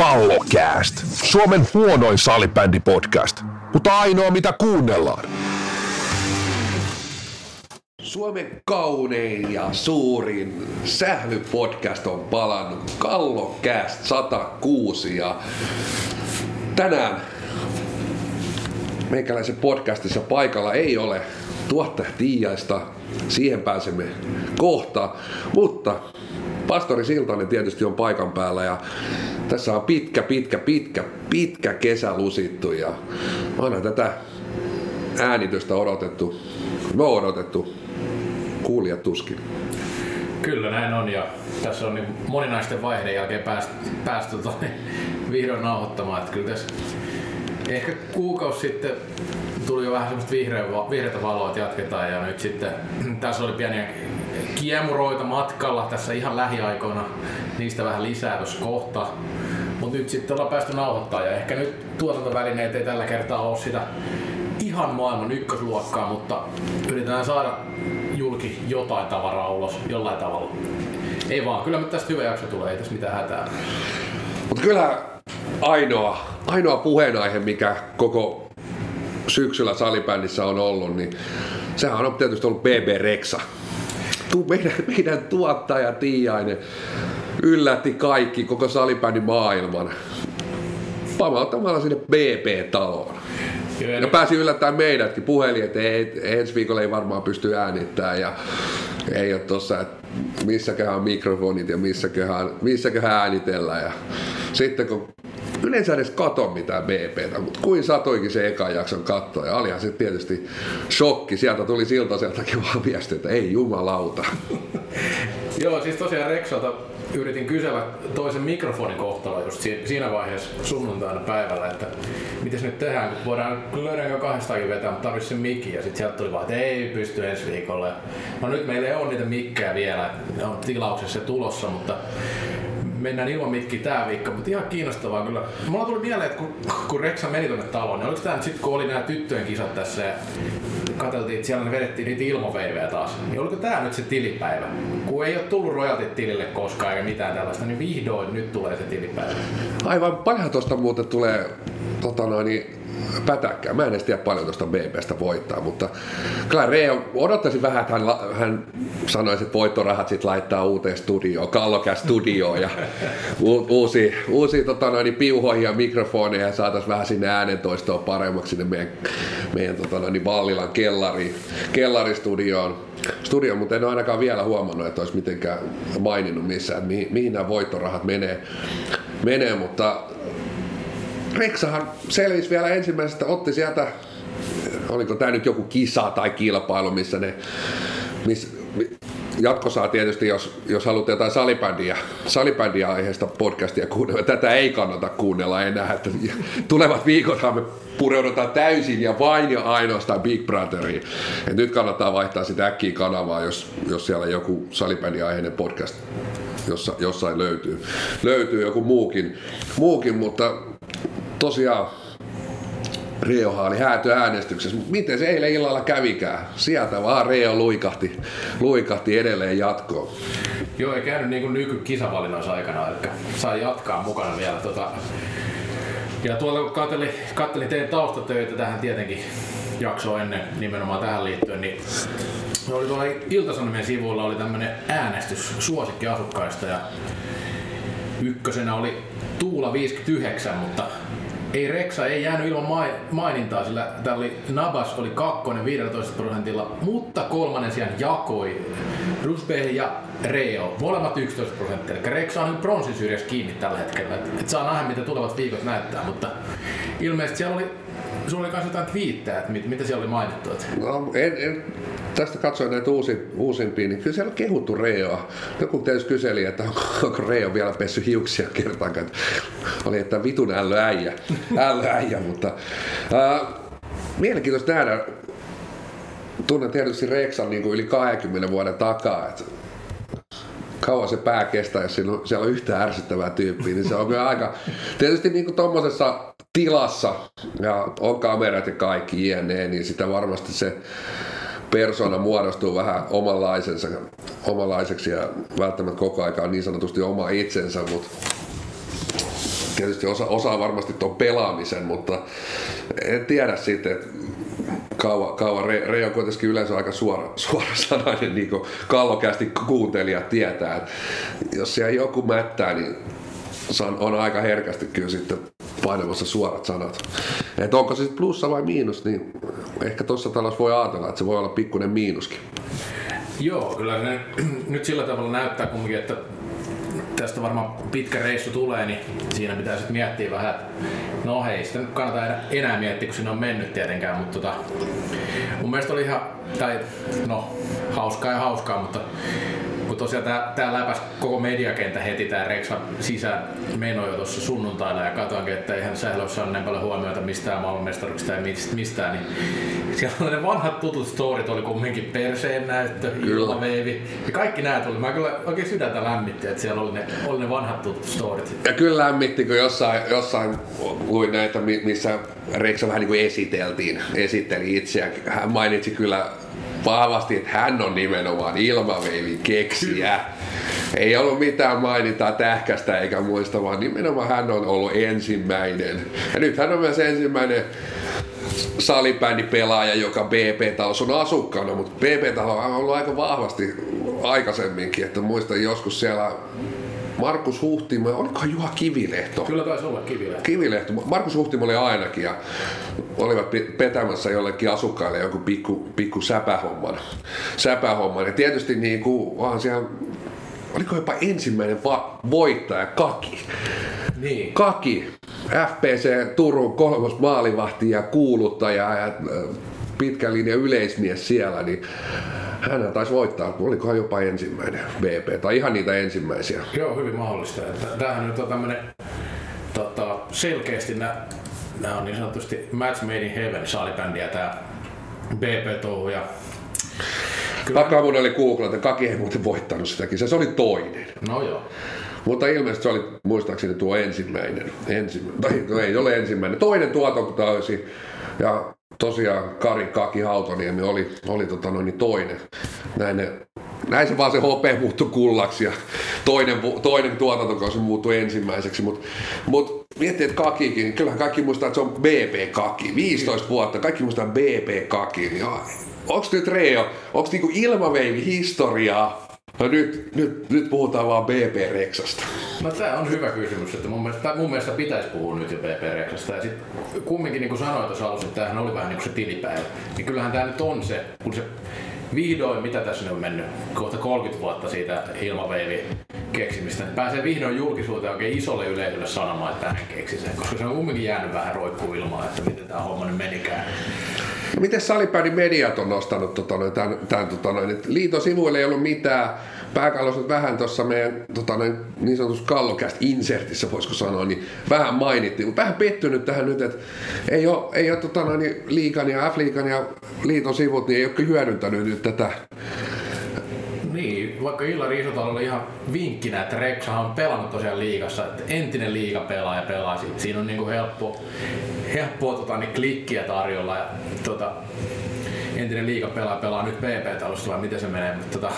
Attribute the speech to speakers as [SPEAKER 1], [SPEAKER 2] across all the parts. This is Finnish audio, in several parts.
[SPEAKER 1] Kallokääst. Suomen huonoin salibändipodcast, mutta ainoa mitä kuunnellaan.
[SPEAKER 2] Suomen kaunein ja suurin sählypodcast on palannut. Kallokääst 106 ja tänään meikäläisen podcastissa paikalla ei ole tuottaja Tiiaista. Siihen pääsemme kohta, mutta pastori Siltanen tietysti on paikan päällä ja tässä on pitkä kesä lusittu ja aina tätä äänitystä odotettu, kuulijat tuskin.
[SPEAKER 3] Kyllä näin on ja tässä on niin moninaisten vaiheiden jälkeen päästy vihdoin nauhoittamaan, että kyllä tässä ehkä kuukausi sitten tuli jo vähän semmoista vihreätä valoa, että jatketaan ja nyt sitten tässä oli pieniä kiemuroita matkalla tässä ihan lähiaikoina, niistä vähän lisää tuossa kohta. Mutta nyt sitten ollaan päästy nauhoittamaan ja ehkä nyt tuotantovälineet ei tällä kertaa ole sitä ihan maailman ykkösluokkaa, mutta yritetään saada julki jotain tavaraa ulos jollain tavalla. Ei vaan, kyllä tästä hyvä jakso tulee, ei tässä mitään hätää.
[SPEAKER 2] Mutta kyllä ainoa puheenaihe, mikä koko syksyllä salibändissä on ollut, niin sehän on tietysti ollut BB Rexha. Meidän tuottaja Tiiainen yllätti kaikki, koko salibändin maailman pamauttamalla sinne BB-taloon. Ja pääsi yllättämään meidätkin, puhelin, että ensi viikolla ei varmaan pysty äänittämään ja ei ole tossa, että missäköhän on mikrofonit ja missäköhän äänitellään. Ja sitten kun yleensä edes kato mitään BPtä, mutta kuin satoikin se ekan jakson katsoa ja olihan se tietysti shokki. Sieltä tuli Siltaseltakin vaan viesti, että ei jumalauta.
[SPEAKER 3] Joo, siis tosiaan Rexhalta yritin kysellä toisen mikrofonin kohtaloa just siinä vaiheessa sunnuntaina päivällä, että mites nyt tehdään, kun voidaan löydänkö kahdestakin vetää, mutta tarvitsisi sen mikin ja sitten sieltä tuli vaan, että ei pysty ensi viikolla. No nyt meillä ei ole niitä mikkejä vielä, ne on tilauksessa tulossa, mutta mennään ilman mikkiä tää viikko, mutta ihan kiinnostavaa kyllä. Mulla tuli mieleen, että kun Rexha meni tonne taloon, niin oliko tää nyt sit kun oli nämä tyttöjen kisat tässä ja katseltiin, että siellä vedettiin niitä ilmaveivejä taas, niin oliko tää nyt se tilipäivä? Kun ei ole tullut royaltit tilille koskaan eikä mitään tällaista, niin vihdoin nyt tulee se tilipäivä. Aivan,
[SPEAKER 2] paljonhan tosta muuten tulee pätäkkää. Mä en edes tiedä paljon tuosta BBstä voittaa, mutta kyllä Reo odottaisin vähän, että hän sanoisi, että voittorahat sit laittaa uuteen studioon, Kallokääst studioon ja uusia piuhoihin ja mikrofoneja ja saataisiin vähän sinne äänentoistoa paremmaksi sinne meidän Vallilan kellaristudioon. Mutta en ole ainakaan vielä huomannut, että olisi mitenkään maininnut missään, että mihin nämä voittorahat menee, mutta Rexhahan selvisi vielä ensimmäisestä, otti sieltä, oliko tämä nyt joku kisa tai kilpailu, missä jatkossa tietysti, jos haluatte jotain salibändiä aiheesta podcastia kuunnella, tätä ei kannata kuunnella enää, että tulevat viikothan me pureudutaan täysin ja vain ja ainoastaan Big Brotheriin. Et nyt kannattaa vaihtaa sitä äkkiä kanavaa, jos siellä joku salibändiaiheinen podcast jossain löytyy joku muukin, mutta tosiaan Reohan oli häätöäänestyksessä, mutta miten se eilen illalla kävikään? Sieltä vaan Reo luikahti edelleen jatkoon.
[SPEAKER 3] Joo, ei käynyt niin kuin nykykisavalinnoissa aikana, eli sai jatkaa mukana vielä. Ja tuolla kun katselin teidän taustatöitä tähän tietenkin jaksoa ennen nimenomaan tähän liittyen, niin oli tuolla Ilta-Sanomien sivuilla oli tämmönen äänestys suosikkiasukkaista ja ykkösenä oli Tuula 59, mutta Rexha ei jäänyt ilman mainintaa, sillä täällä oli Nabas oli kakkonen 15%, mutta kolmannen sijaan jakoi Rusbehe ja Reo, molemmat 11%. Eli Rexha on nyt bronsin syrjässä kiinni tällä hetkellä. Et saa nähdä, mitä tulevat viikot näyttää, mutta ilmeisesti siellä oli sulla oli myös jotain twiittejä, että mitä siellä oli mainittu?
[SPEAKER 2] No, tästä katsoin näitä uusimpia, niin kyllä siellä on kehuttu Reoa. Joku tietysti kyseli, että onko Reo vielä pessy hiuksia kertaakaan. Oli, että vitun ällöäijä, mutta mielenkiintoista nähdä. Tunnen tietysti Rexhan niin kuin yli 20 vuoden takaa, että kauan se pää kestää, jos siellä on yhtään ärsyttävää tyyppiä, niin se on kyllä aika, tietysti niin kuin tommosessa tilassa, ja on kamerat ja kaikki jne, niin sitä varmasti se persona muodostuu vähän omanlaiseksi ja välttämättä koko ajan niin sanotusti oma itsensä, mutta tietysti osaa varmasti tuon pelaamisen, mutta en tiedä sitten, että kauan Rei on kuitenkin yleensä aika suorasanainen, niin kuin Kallokästi kuuntelijat tietää, että jos siellä joku mättää, niin on aika herkästi kyllä sitten painamassa suorat sanat. Että onko se plussa vai miinus, niin ehkä tuossa talossa voi ajatella, että se voi olla pikkuinen miinuskin.
[SPEAKER 3] Joo, kyllä ne nyt sillä tavalla näyttää kumminkin, että tästä varmaan pitkä reissu tulee, niin siinä pitää sitten miettiä vähän, että no hei, sitä nyt kannata enää miettiä, kun sinne on mennyt tietenkään, mutta mun mielestä oli ihan, tai no hauskaa, mutta kun tosiaan tää läpäs koko mediakenttä heti tää Reksa sisään meno jo tuossa sunnuntaina ja katsoinkin, että eihän Sählö saanut niin paljon huomiota mistään maailmanmestaruuksista ja mistään, niin siellä ne vanhat tutut storit oli kumminkin perseen näyttö, ilmaveivi ja kaikki nää tuli. Mä kyllä oikein sydäntä lämmitti, että siellä oli ne vanhat tutut storit.
[SPEAKER 2] Ja kyllä lämmitti, kun jossain luin näitä, missä Reksa vähän niin kuin esitteli itseään. Hän mainitsi kyllä vahvasti, että hän on nimenomaan ilmaveivin keksijä. Ei ollut mitään mainintaa tähkästä eikä muista, vaan nimenomaan hän on ollut ensimmäinen. Ja nyt hän on myös ensimmäinen salibändipelaaja, joka BP-talossa on asukkaana, mutta BP-talo on ollut aika vahvasti aikaisemminkin, että muistan joskus siellä Markus Huhtimo, olikohan Juha Kivilehto?
[SPEAKER 3] Kyllä taisi olla
[SPEAKER 2] Kivilehto. Markus Huhtimo oli ainakin ja olivat petämässä jollekin asukkaille joku pikku säpähomman. Ja tietysti niinku, vaan siellä, oliko jopa ensimmäinen voittaja Kaki.
[SPEAKER 3] Niin.
[SPEAKER 2] Kaki, FPC Turun 3. maalivahti ja kuuluttaja ja pitkän linjan yleismies siellä, niin hän taisi voittaa, olikohan jopa ensimmäinen BP, tai ihan niitä ensimmäisiä.
[SPEAKER 3] Joo, hyvin mahdollista. Tämähän nyt on tämmönen selkeästi nämä on niin sanotusti match made in heaven salibändiä tää BP-touhu.
[SPEAKER 2] Takaa mun oli googlata, Kaki ei muuten voittanut sitäkin, se oli toinen.
[SPEAKER 3] No joo.
[SPEAKER 2] Mutta ilmeisesti se oli muistaakseni tuo ensimmäinen. Tai ei ole ensimmäinen. Toinen tuotantokausi. Ja tosiaan Kari Kaki Hautoniemi oli toinen. Näin se vaan se hopea muuttui kullaksi ja toinen tuotantokausi muuttui ensimmäiseksi. Mut miettii, että Kakikin, niin kyllähän kaikki muistaa, että se on BP Kaki. 15 vuotta, kaikki muistaa BP Kaki. Ja onks nyt Reo, onks niinku ilmaveivi historiaa? No nyt puhutaan vaan BP Reksasta.
[SPEAKER 3] No tää on hyvä kysymys, että mun mielestä pitäisi puhua nyt jo BP Reksasta. Ja sit kumminkin niin kuin sanoin tuossa alussa, että tämähän oli vähän niin kuin se tilipäivä. Niin kyllähän tää nyt on se, kun se vihdoin, mitä tässä on mennyt, kohta 30 vuotta siitä ilmaveivi keksimistä, että pääsee vihdoin julkisuuteen oikein isolle yleisölle sanomaan, että hän keksi sen, koska se on kumminkin jäänyt vähän roikkuu ilmaan, että miten tää homma nyt menikään.
[SPEAKER 2] No miten salibändin mediat on nostanut tämän liiton sivuille ei ollut mitään. Pääkallos on vähän tuossa meidän niin sanotussa Kallokäst-insertissä, voisiko sanoa, niin vähän mainittiin. Mutta vähän pettynyt tähän nyt, että ei ole liigan ja F-liigan ja liiton sivut, niin ei ole hyödyntänyt nyt tätä.
[SPEAKER 3] Niin, vaikka Ilari Isotalo oli ihan vinkkinä, että Reksahan on pelannut tosiaan liigassa, että entinen liigapelaaja pelaa, siinä on niinku helppoa klikkiä tarjolla ja entinen liigapelaaja pelaa nyt BP-talossa vai miten se menee, mutta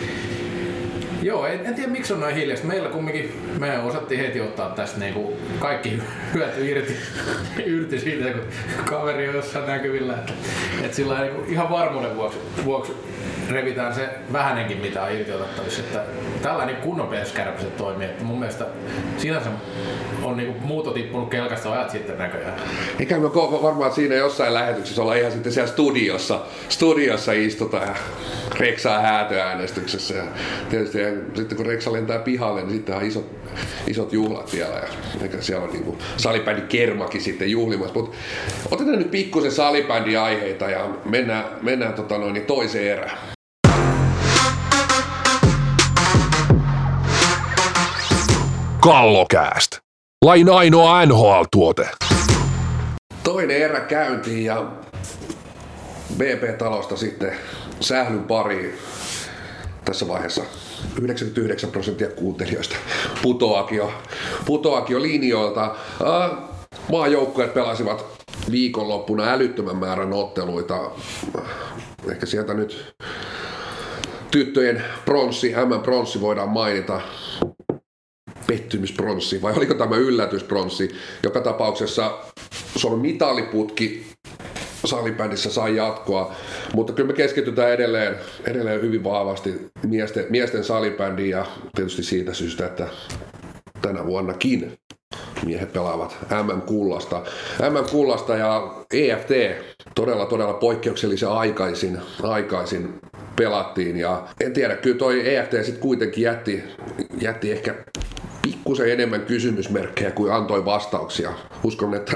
[SPEAKER 3] joo, en tiedä miksi on noin hiljaista. Meillä kumminkin, me osattiin heti ottaa tästä niinku kaikki hyöty irti siitä, kun kaveri on jossain näkyvillä. Että sillä niinku ihan varmuuden vuoksi revitään se vähänenkin mitä on irti otettavissa. Että tällainen kunnon perskärpäiset toimii. Että mun mielestä sinänsä on niinku muuto tippunut kelkasta ajat sitten näköjään.
[SPEAKER 2] Eikä me varmaan siinä jossain lähetyksessä olla ihan sitten siellä studiossa istutaan ja Reksaa häätöäänestyksessä. Ja tietysti sitten kun Reksa lentää pihalle, niin sitten on isot juhlat vielä. Ja siellä on niinku salibändin kermakin sitten juhlimassa. Mutta otetaan nyt pikkusen salibändin aiheita ja mennään toiseen erään.
[SPEAKER 1] Kallokääst. Lain ainoa NHL-tuote.
[SPEAKER 2] Toinen erä käyntiin ja BP-talosta sitten Sählyn pariin. Tässä vaiheessa 99% kuuntelijoista putoakin jo linjoilta. Maajoukkueet pelasivat viikonloppuna älyttömän määrän otteluita. Ehkä sieltä nyt tyttöjen MM-pronssi voidaan mainita. pettymyspronssi vai oliko tämä yllätyspronssi. Joka tapauksessa Suomen mitaliputki salibändissä sai jatkoa, mutta kyllä me keskitytään edelleen hyvin vahvasti miesten salibändiin ja tietysti siitä syystä, että tänä vuonnakin miehet pelaavat MM-kullasta ja EFT todella poikkeuksellisen aikaisin pelattiin ja en tiedä, kyllä toi EFT sitten kuitenkin jätti ehkä pikkusen enemmän kysymysmerkkejä kuin antoi vastauksia. Uskon, että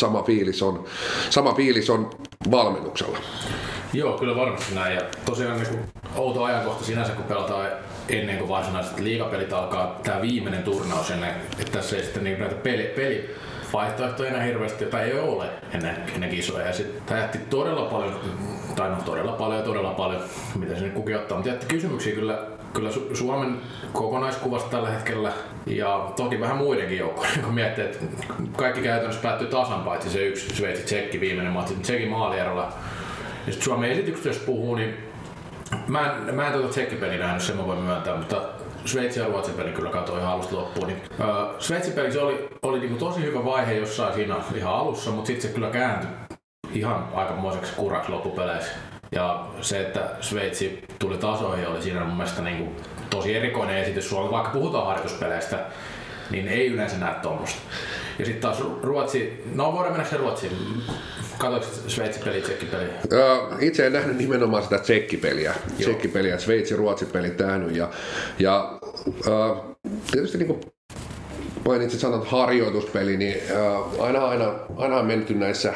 [SPEAKER 2] sama fiilis on valmennuksella.
[SPEAKER 3] Joo, kyllä varmasti näin. Ja tosiaan niin outo ajankohta sinänsä, kun pelataan ennen kuin varsinaiset liigapelit alkaa, tämä viimeinen turnaus ennen, että tässä ei sitten niin näitä pelivaihtoehtoja enää hirveästi, tai ei ole ennen kisoja. Ja sitten tämä jätti todella paljon, mitä se nyt kukin ottaa, mutta jätti kysymyksiä kyllä Suomen kokonaiskuvasta tällä hetkellä ja toki vähän muidenkin joukkojen, kun miettii, että kaikki käytännössä päättyi tasan, paitsi se yksi Sveitsi-Tsekki viimeinen matsi, Tsekin maalierolla. Ja sitten Suomen esityksestä jos puhuu, niin mä en tuota Tsekki-peliä nähnyt, sen mä voin myöntää, mutta Sveitsi ja Ruotsin peli kyllä katsoi ihan alusta loppuun. Niin, Sveitsin peli se oli niinku tosi hyvä vaihe jossain siinä ihan alussa, mutta sitten se kyllä kääntyi ihan aikamoiseksi kuraksi loppupeleissä. Ja se, että Sveitsi tuli tasoihin, oli siinä mun mielestä niin kuin tosi erikoinen esitys. Suomessa, vaikka puhutaan harjoituspeleistä, niin ei yleensä näe tuommoista. Ja sitten taas Ruotsi, no voidaan mennä se Ruotsiin. Katoitko Sveitsi-peliä, Tsekki-peliä?
[SPEAKER 2] Itse en nähnyt nimenomaan sitä Tsekki-peliä. Tsekki-peliä, Sveitsi-Ruotsi-pelit nähnyt. Ja tietysti niin kuin mainitsit sanat harjoituspeli, niin aina on menty näissä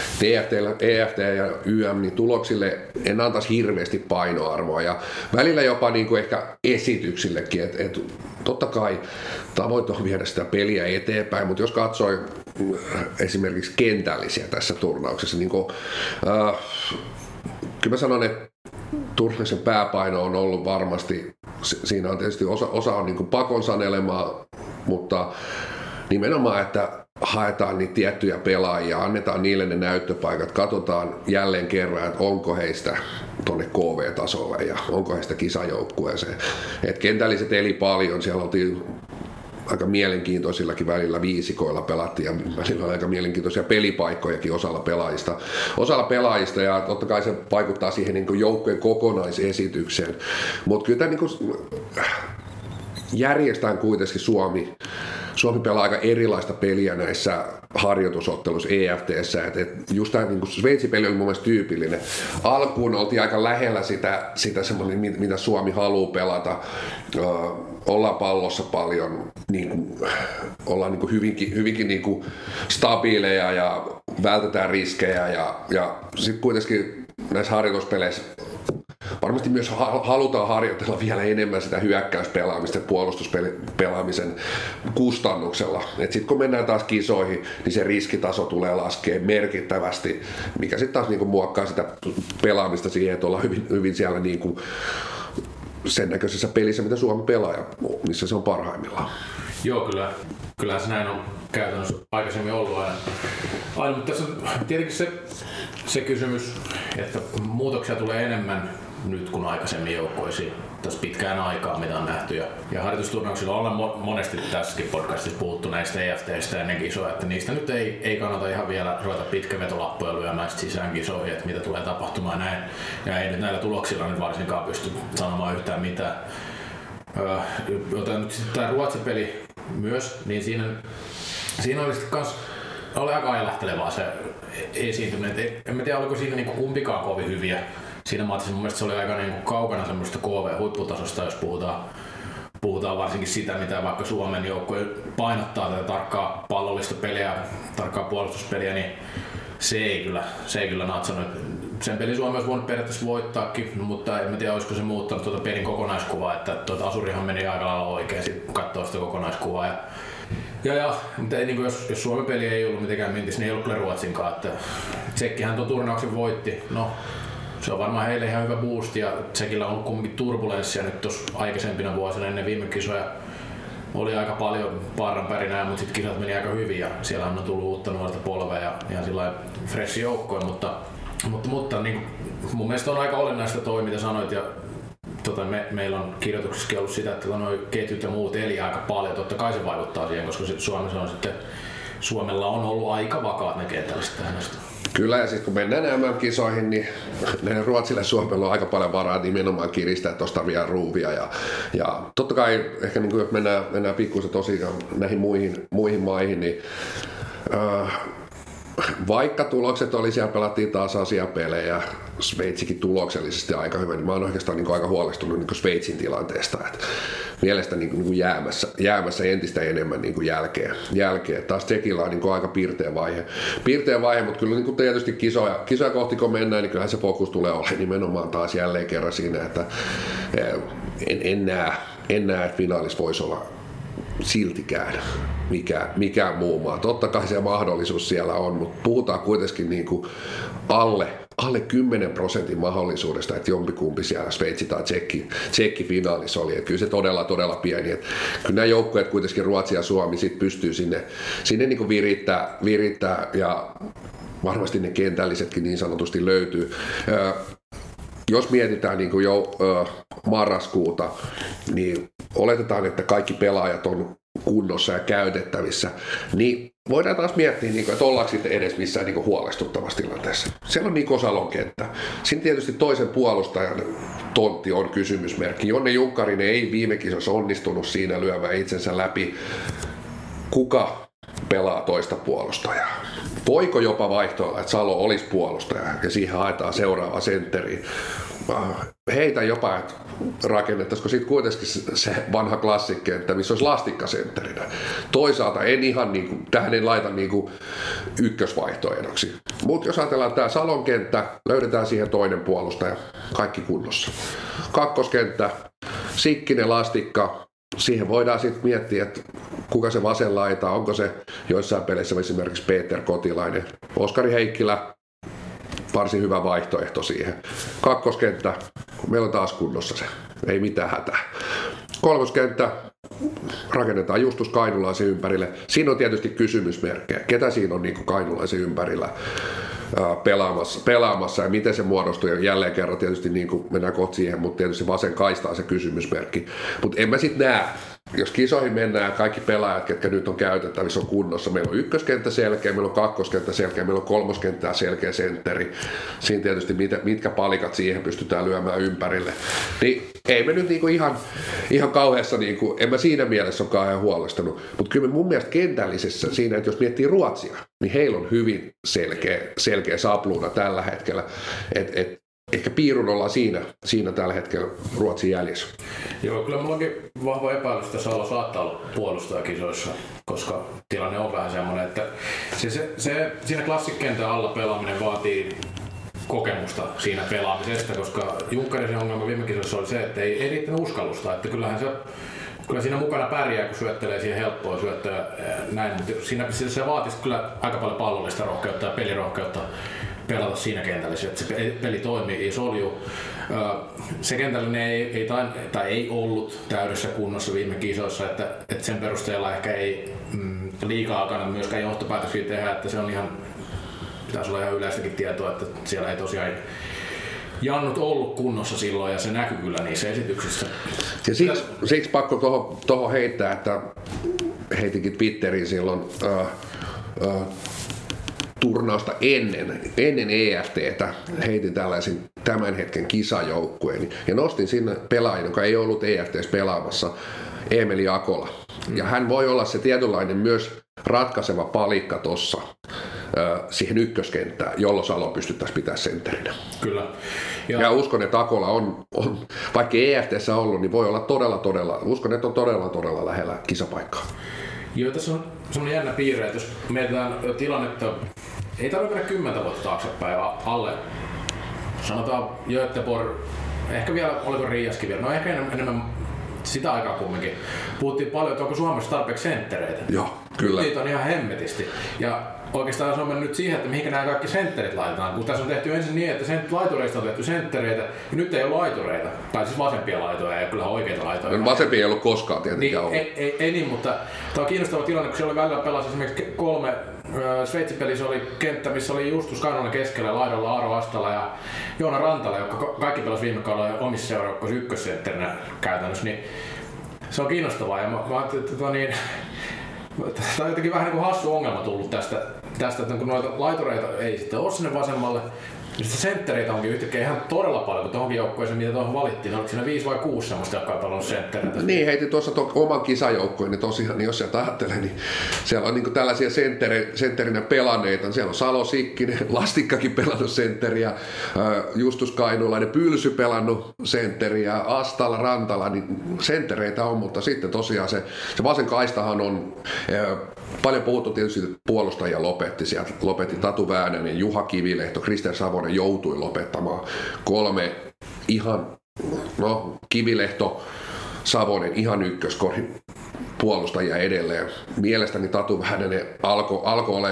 [SPEAKER 2] EFT ja YM niin tuloksille en antaisi hirveästi painoarvoa ja välillä jopa niin kuin ehkä esityksillekin, että totta kai tavoite on viedä sitä peliä eteenpäin, mutta jos katsoi esimerkiksi kentällisiä tässä turnauksessa, niin kuin, kyllä mä sanon, että turnauksen pääpaino on ollut varmasti, siinä on tietysti osa on niin kuin pakon sanelemaa, mutta nimenomaan, että haetaan niitä tiettyjä pelaajia, annetaan niille ne näyttöpaikat, katsotaan jälleen kerran, että onko heistä tuonne KV-tasolle ja onko heistä kisajoukkueeseen. Et kentälliset eli paljon, siellä oltiin aika mielenkiintoisillakin välillä viisikoilla pelattiin ja välillä oli aika mielenkiintoisia pelipaikkojakin osalla pelaajista ja totta kai se vaikuttaa siihen niin kuin joukkojen kokonaisesitykseen. Mutta kyllä tämä niin kuin järjestään kuitenkin Suomi pelaa aika erilaista peliä näissä harjoitusotteluissa EFT:ssä. Just tämä niin Sveitsi-peli oli mun mielestä tyypillinen. Alkuun oltiin aika lähellä sitä semmoinen, mitä Suomi haluaa pelata. Ollaan pallossa paljon, ollaan niin kuin hyvinkin niin kuin stabiileja ja vältetään riskejä. Ja sitten kuitenkin näissä harjoituspeleissä varmasti myös halutaan harjoitella vielä enemmän sitä hyökkäyspelaamista ja puolustuspelaamisen kustannuksella. Sitten kun mennään taas kisoihin, niin se riskitaso tulee laskea merkittävästi, mikä sitten taas niinku muokkaa sitä pelaamista siihen, että ollaan hyvin siellä niinku sen näköisessä pelissä, mitä Suomi pelaa ja missä se on parhaimmillaan.
[SPEAKER 3] Joo, kyllähän se näin on käytännössä aikaisemmin ollut aina, mutta tässä on tietenkin se kysymys, että muutoksia tulee enemmän nyt kuin aikaisemmin joukkoisiin tässä pitkään aikaa, mitä on nähty. Ja harjoitusturnauksilla ollaan monesti tässäkin podcastissa puhuttu näistä EFT:istä ennen kisoja, että niistä nyt ei kannata ihan vielä ruveta pitkävetolappuja lyömään sisään kisoihin, että mitä tulee tapahtumaan näin. Ja ei nyt näillä tuloksilla nyt varsinkaan pysty sanomaan yhtään mitään. Joten nyt sitten tämä Ruotsi-peli myös, niin siinä oli sitten kans oli aika ailahttelevaa se esiintyminen. En mä tiedä, oliko siinä niinku kumpikaan kovin hyviä. Siinä matsissa mun mielestä se oli aika niinku kaukana semmoista KV-huipputasosta, jos puhutaan varsinkin sitä, mitä vaikka Suomen joukkue painottaa tätä tarkkaa pallollista peliä, tarkkaa puolustuspeliä, niin se ei kyllä natsannut. Sen pelin Suomi olisi voinut periaatteessa voittaakin, mutta en tiedä, olisiko se muuttanut tuota pelin kokonaiskuvaa, että Asurihan meni aika lailla oikein sitten katsoa sitä kokonaiskuvaa. Mutta niin jos Suomen peli ei ollut mitenkään mintis, niin ei ollut kyllä Ruotsinkaan. Että Tsekkihän tuon turnauksen voitti. No, se on varmaan heille ihan hyvä boost ja Tsekillä on ollut kuitenkin turbulenssia nyt tuossa aikaisempina vuosina ennen viime kisoja. Oli aika paljon parran pärinää, mutta sitten kisat meni aika hyvin ja siellä on tullut uutta nuorta polvea ja ihan sillä freshi joukkoja, mutta niin mun mielestä on aika olennaista toi, mitä sanoit ja meillä on kirjoituksessakin ollut sitä, että nuo ketjut ja muut eli aika paljon. Totta kai se vaikuttaa siihen, koska Suomella on ollut aika vakaat ne kentälliset tähän asti.
[SPEAKER 2] Kyllä, ja sitten kun mennään MM-kisoihin, niin Ruotsille ja Suomella on aika paljon varaa nimenomaan kiristää tuosta vielä ruuvia. Ja totta kai, ehkä niin kuin, jos mennään pikkuisen tosiaan näihin muihin maihin, niin vaikka tulokset oli, siellä pelattiin taas asiapelejä, Sveitsikin tuloksellisesti aika hyvä, niin mä oon oikeastaan niin aika huolestunut niin Sveitsin tilanteesta. Että mielestäni niin jäämässä entistä enemmän niin jälkeen. Taas Tsekillä on niin aika piirteä vaihe, mutta kyllä niin tietysti kisoja kohti kun mennään, niin kyllähän se fokus tulee olemaan nimenomaan taas jälleen kerran siinä, että en näe, että finaalissa voisi olla siltikään mikään muu maa. Totta kai se mahdollisuus siellä on, mutta puhutaan kuitenkin niin kuin alle 10% mahdollisuudesta, että jompikumpi siellä Sveitsi tai Tsekki finaalissa oli. Että kyllä se todella pieni. Että kyllä nämä joukkueet kuitenkin Ruotsi ja Suomi sit pystyy sinne niin kuin virittää ja varmasti ne kentällisetkin niin sanotusti löytyy. Jos mietitään niin kuin jo marraskuuta, niin oletetaan, että kaikki pelaajat on kunnossa ja käytettävissä, niin voidaan taas miettiä, että ollaanko sitten edes missään huolestuttavassa tilanteessa. Siellä on Niko Salon kenttä. Siinä tietysti toisen puolustajan tontti on kysymysmerkki. Jonne Junkkarinen ei viime kisossa onnistunut siinä lyömään itsensä läpi. Kuka pelaa toista puolustajaa? Voiko jopa vaihtoilla, että Salo olisi puolustaja ja siihen haetaan seuraava sentteri? Heitä jopa, että rakennettaisiko sitten kuitenkin se vanha klassikkenttä, missä olisi lastikkasentterinä. Toisaalta tähän en laita ykkösvaihtoehdoksi. Mutta jos ajatellaan tämä Salon kenttä, löydetään siihen toinen puolustaja, kaikki kunnossa. Kakkoskenttä, Sikkinen, Lastikka. Siihen voidaan sitten miettiä, että kuka se vasen laita, onko se joissain peleissä esimerkiksi Peter Kotilainen, Oskari Heikkilä, varsin hyvä vaihtoehto siihen. Kakkoskenttä, meillä on taas kunnossa se, ei mitään hätää. Kolmoskenttä, rakennetaan Justus Kainulaisen ympärille. Siinä on tietysti kysymysmerkkejä, ketä siinä on Kainulaisen ympärillä pelaamassa ja miten se muodostuu. Ja jälleen kerran tietysti mennään kohta siihen, mutta tietysti vasen kaista on se kysymysmerkki. Mutta en mä sitten näe, jos kisoihin mennään kaikki pelaajat, ketkä nyt on käytettävissä, on kunnossa. Meillä on ykköskenttä selkeä, meillä on kakkoskenttä selkeä, meillä on kolmoskenttää selkeä sentteri. Siinä tietysti mitkä palikat siihen pystytään lyömään ympärille. Niin ei me nyt ihan kauheassa, en mä siinä mielessä ole kauhean huolestunut. Mutta kyllä mun mielestä kentällisessä siinä, että jos miettii Ruotsia, niin heillä on hyvin selkeä sapluuna tällä hetkellä. Ehkä piirun ollaan siinä tällä hetkellä Ruotsin jäljessä.
[SPEAKER 3] Joo, kyllä mulla onkin vahva epäilys, että Salo saattaa olla puolustajakisoissa, koska tilanne on vähän semmoinen, että siinä klassikkentän alla pelaaminen vaatii kokemusta siinä pelaamisesta, koska Junkkarisen ongelma viime kisoissa oli se, että ei riittänyt uskallusta, että kyllä siinä mukana pärjää, kun syöttelee siihen helppoa syöttöä näin, mutta se vaatisi kyllä aika paljon pallollista rohkeutta ja pelirohkeutta pelata siinä kentällä, että se peli toimii, ei solju. Se kentällinen ei ollut täydessä kunnossa viime kisoissa, että sen perusteella ehkä ei liikaa kannata myöskään johtopäätöksiä tehdä, että se on pitäisi olla ihan yleistäkin tietoa, että siellä ei tosiaan jannut ollut kunnossa silloin ja se näkyy kyllä niissä esityksissä.
[SPEAKER 2] Ja siksi pakko tuohon heittää, että heitinkin Twitteriin silloin turnausta ennen EFT:tä heitin tällaisen tämän hetken kisajoukkueen ja nostin sinne pelaajan, joka ei ollut EFT:ssä pelaamassa, Eemeli Akola. Ja hän voi olla se tietynlainen myös ratkaiseva palikka tuossa siihen ykköskenttään, jolloin Salo pystyttäisiin pitämään sentterinä.
[SPEAKER 3] Kyllä.
[SPEAKER 2] Ja uskon, että Akola on vaikka EFT:ssä ollut, niin voi olla todella lähellä kisapaikkaa.
[SPEAKER 3] Joo, tässä on semmoinen jännä piirre, että jos mietitään tilannetta, ei tarvitse mennä 10 vuotta taaksepäin alle. Sanotaan Göteborg, ehkä vielä, oliko Riiaskin vielä, no ehkä enemmän sitä aikaa kumminkin. Puhuttiin paljon, että onko Suomessa tarpeeksi senttereitä.
[SPEAKER 2] Joo, kyllä.
[SPEAKER 3] Niitä on ihan hemmetisti. Ja oikeastaan se on mennyt nyt siihen, että mihinkä nämä kaikki sentterit laitetaan. Kun tässä on tehty ensin niin, että laitureista on tehty senttereitä ja nyt ei ole laitureita. Tai siis vasempia laitoja ja kyllähän oikeita laitoja.
[SPEAKER 2] No, vasempia ei ollut koskaan tietenkään ollut.
[SPEAKER 3] Ei niin, mutta tämä on kiinnostava tilanne, kun siellä oli välillä pelasi esimerkiksi 3 Sveitsi-pelissä oli kenttä, missä oli Justus Kainonen keskellä laidalla Aaro Astala ja Joona Rantala, jotka kaikki pelasi viime kaudella omissa seuraavaksi ykkössentterinä käytännössä. Niin se on kiinnostavaa ja mä ajattelin, että tämä on jotenkin vähän niin kuin hassu ongelma tullut tästä että kun noita laitureita ei sitten ole sinne vasemmalle, niin sitten senttereitä onkin yhtäkkiä ihan todella paljon, kun tuohonkin joukkueeseen, mitä tuohon valittiin. Oliko siinä 5 vai 6 semmoista, jotka on pelannut senttereitä?
[SPEAKER 2] Niin, heitin tuossa oman kisajoukkueen, niin tosiaan, niin jos sieltä ajattelee, niin siellä on niin tällaisia sentterinä pelanneita. Siellä on Salo Sikkinen, Lastikkakin pelannut sentteriä, Justus Kainulainen, Pylsy pelannut sentteriä, Astala, Rantala, niin senttereitä on, mutta sitten tosiaan se vasen kaistahan on paljon puhuttu tietysti, että puolustajia lopetti Tatu Väänänen, Juha Kivilehto, Krister Savonen joutui lopettamaan 3 ihan, Kivilehto, Savonen ihan ykköskorin puolustajia edelleen. Mielestäni Tatu Väänänen alkoi olla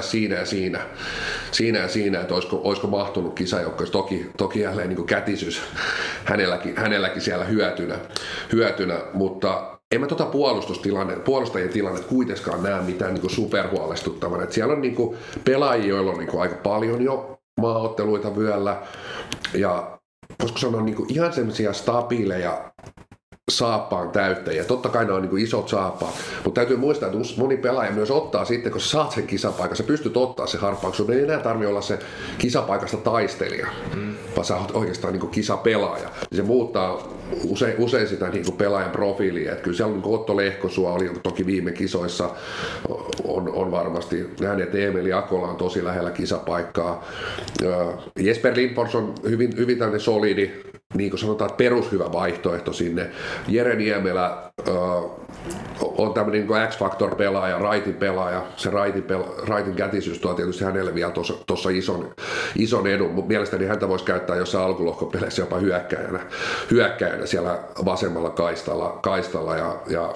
[SPEAKER 2] siinä, että olisiko mahtunut kisajoukkoissa. Toki jälleen niin kuin kätisyys hänelläkin siellä hyötynä, mutta en mä puolustajien tilanne kuitenkaan näe mitään niin kuin superhuolestuttavana. Et siellä on niin kuin pelaajia, joilla on niin kuin aika paljon jo maaotteluita vyöllä ja voisiko sanoa niin kuin ihan semmoisia stabiileja saappaan täyttäjiä. Totta kai ne on niin kuin isot saappaat, mutta täytyy muistaa, että moni pelaaja myös ottaa sitten, kun sä saat sen kisapaikan, sä pystyt ottaa sen harppaan, kun sun ei enää tarvitse olla se kisapaikasta taistelija, vaan sä oot oikeastaan niin kuin kisapelaaja. Se muuttaa usein sitä niin kuin pelaajan profiilia. Että kyllä siellä niin kuin Otto Lehkosua oli toki viime kisoissa, on varmasti hänet, Eemeli Akola on tosi lähellä kisapaikkaa. Jesper Lindfors on hyvin tämmöinen solidi, niin kuin sanotaan, että perushyvä vaihtoehto sinne. Jere Niemelä on tämmöinen niin X-Factor-pelaaja, raitin pelaaja. Se raitin kätisyys tuo tietysti hänelle vielä tuossa ison edun, mutta mielestäni häntä voisi käyttää jossain alkulohkopeleissä jopa hyökkäjänä siellä vasemmalla kaistalla ja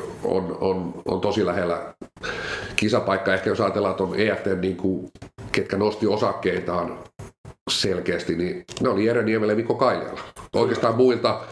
[SPEAKER 2] on tosi lähellä kisapaikka. Ehkä jos ajatellaan, että on EFT, niin kuin, ketkä nosti osakkeitaan selkeästi, niin ne oli Jere Niemelä ja Mikko Kailiala. Oikeastaan muilta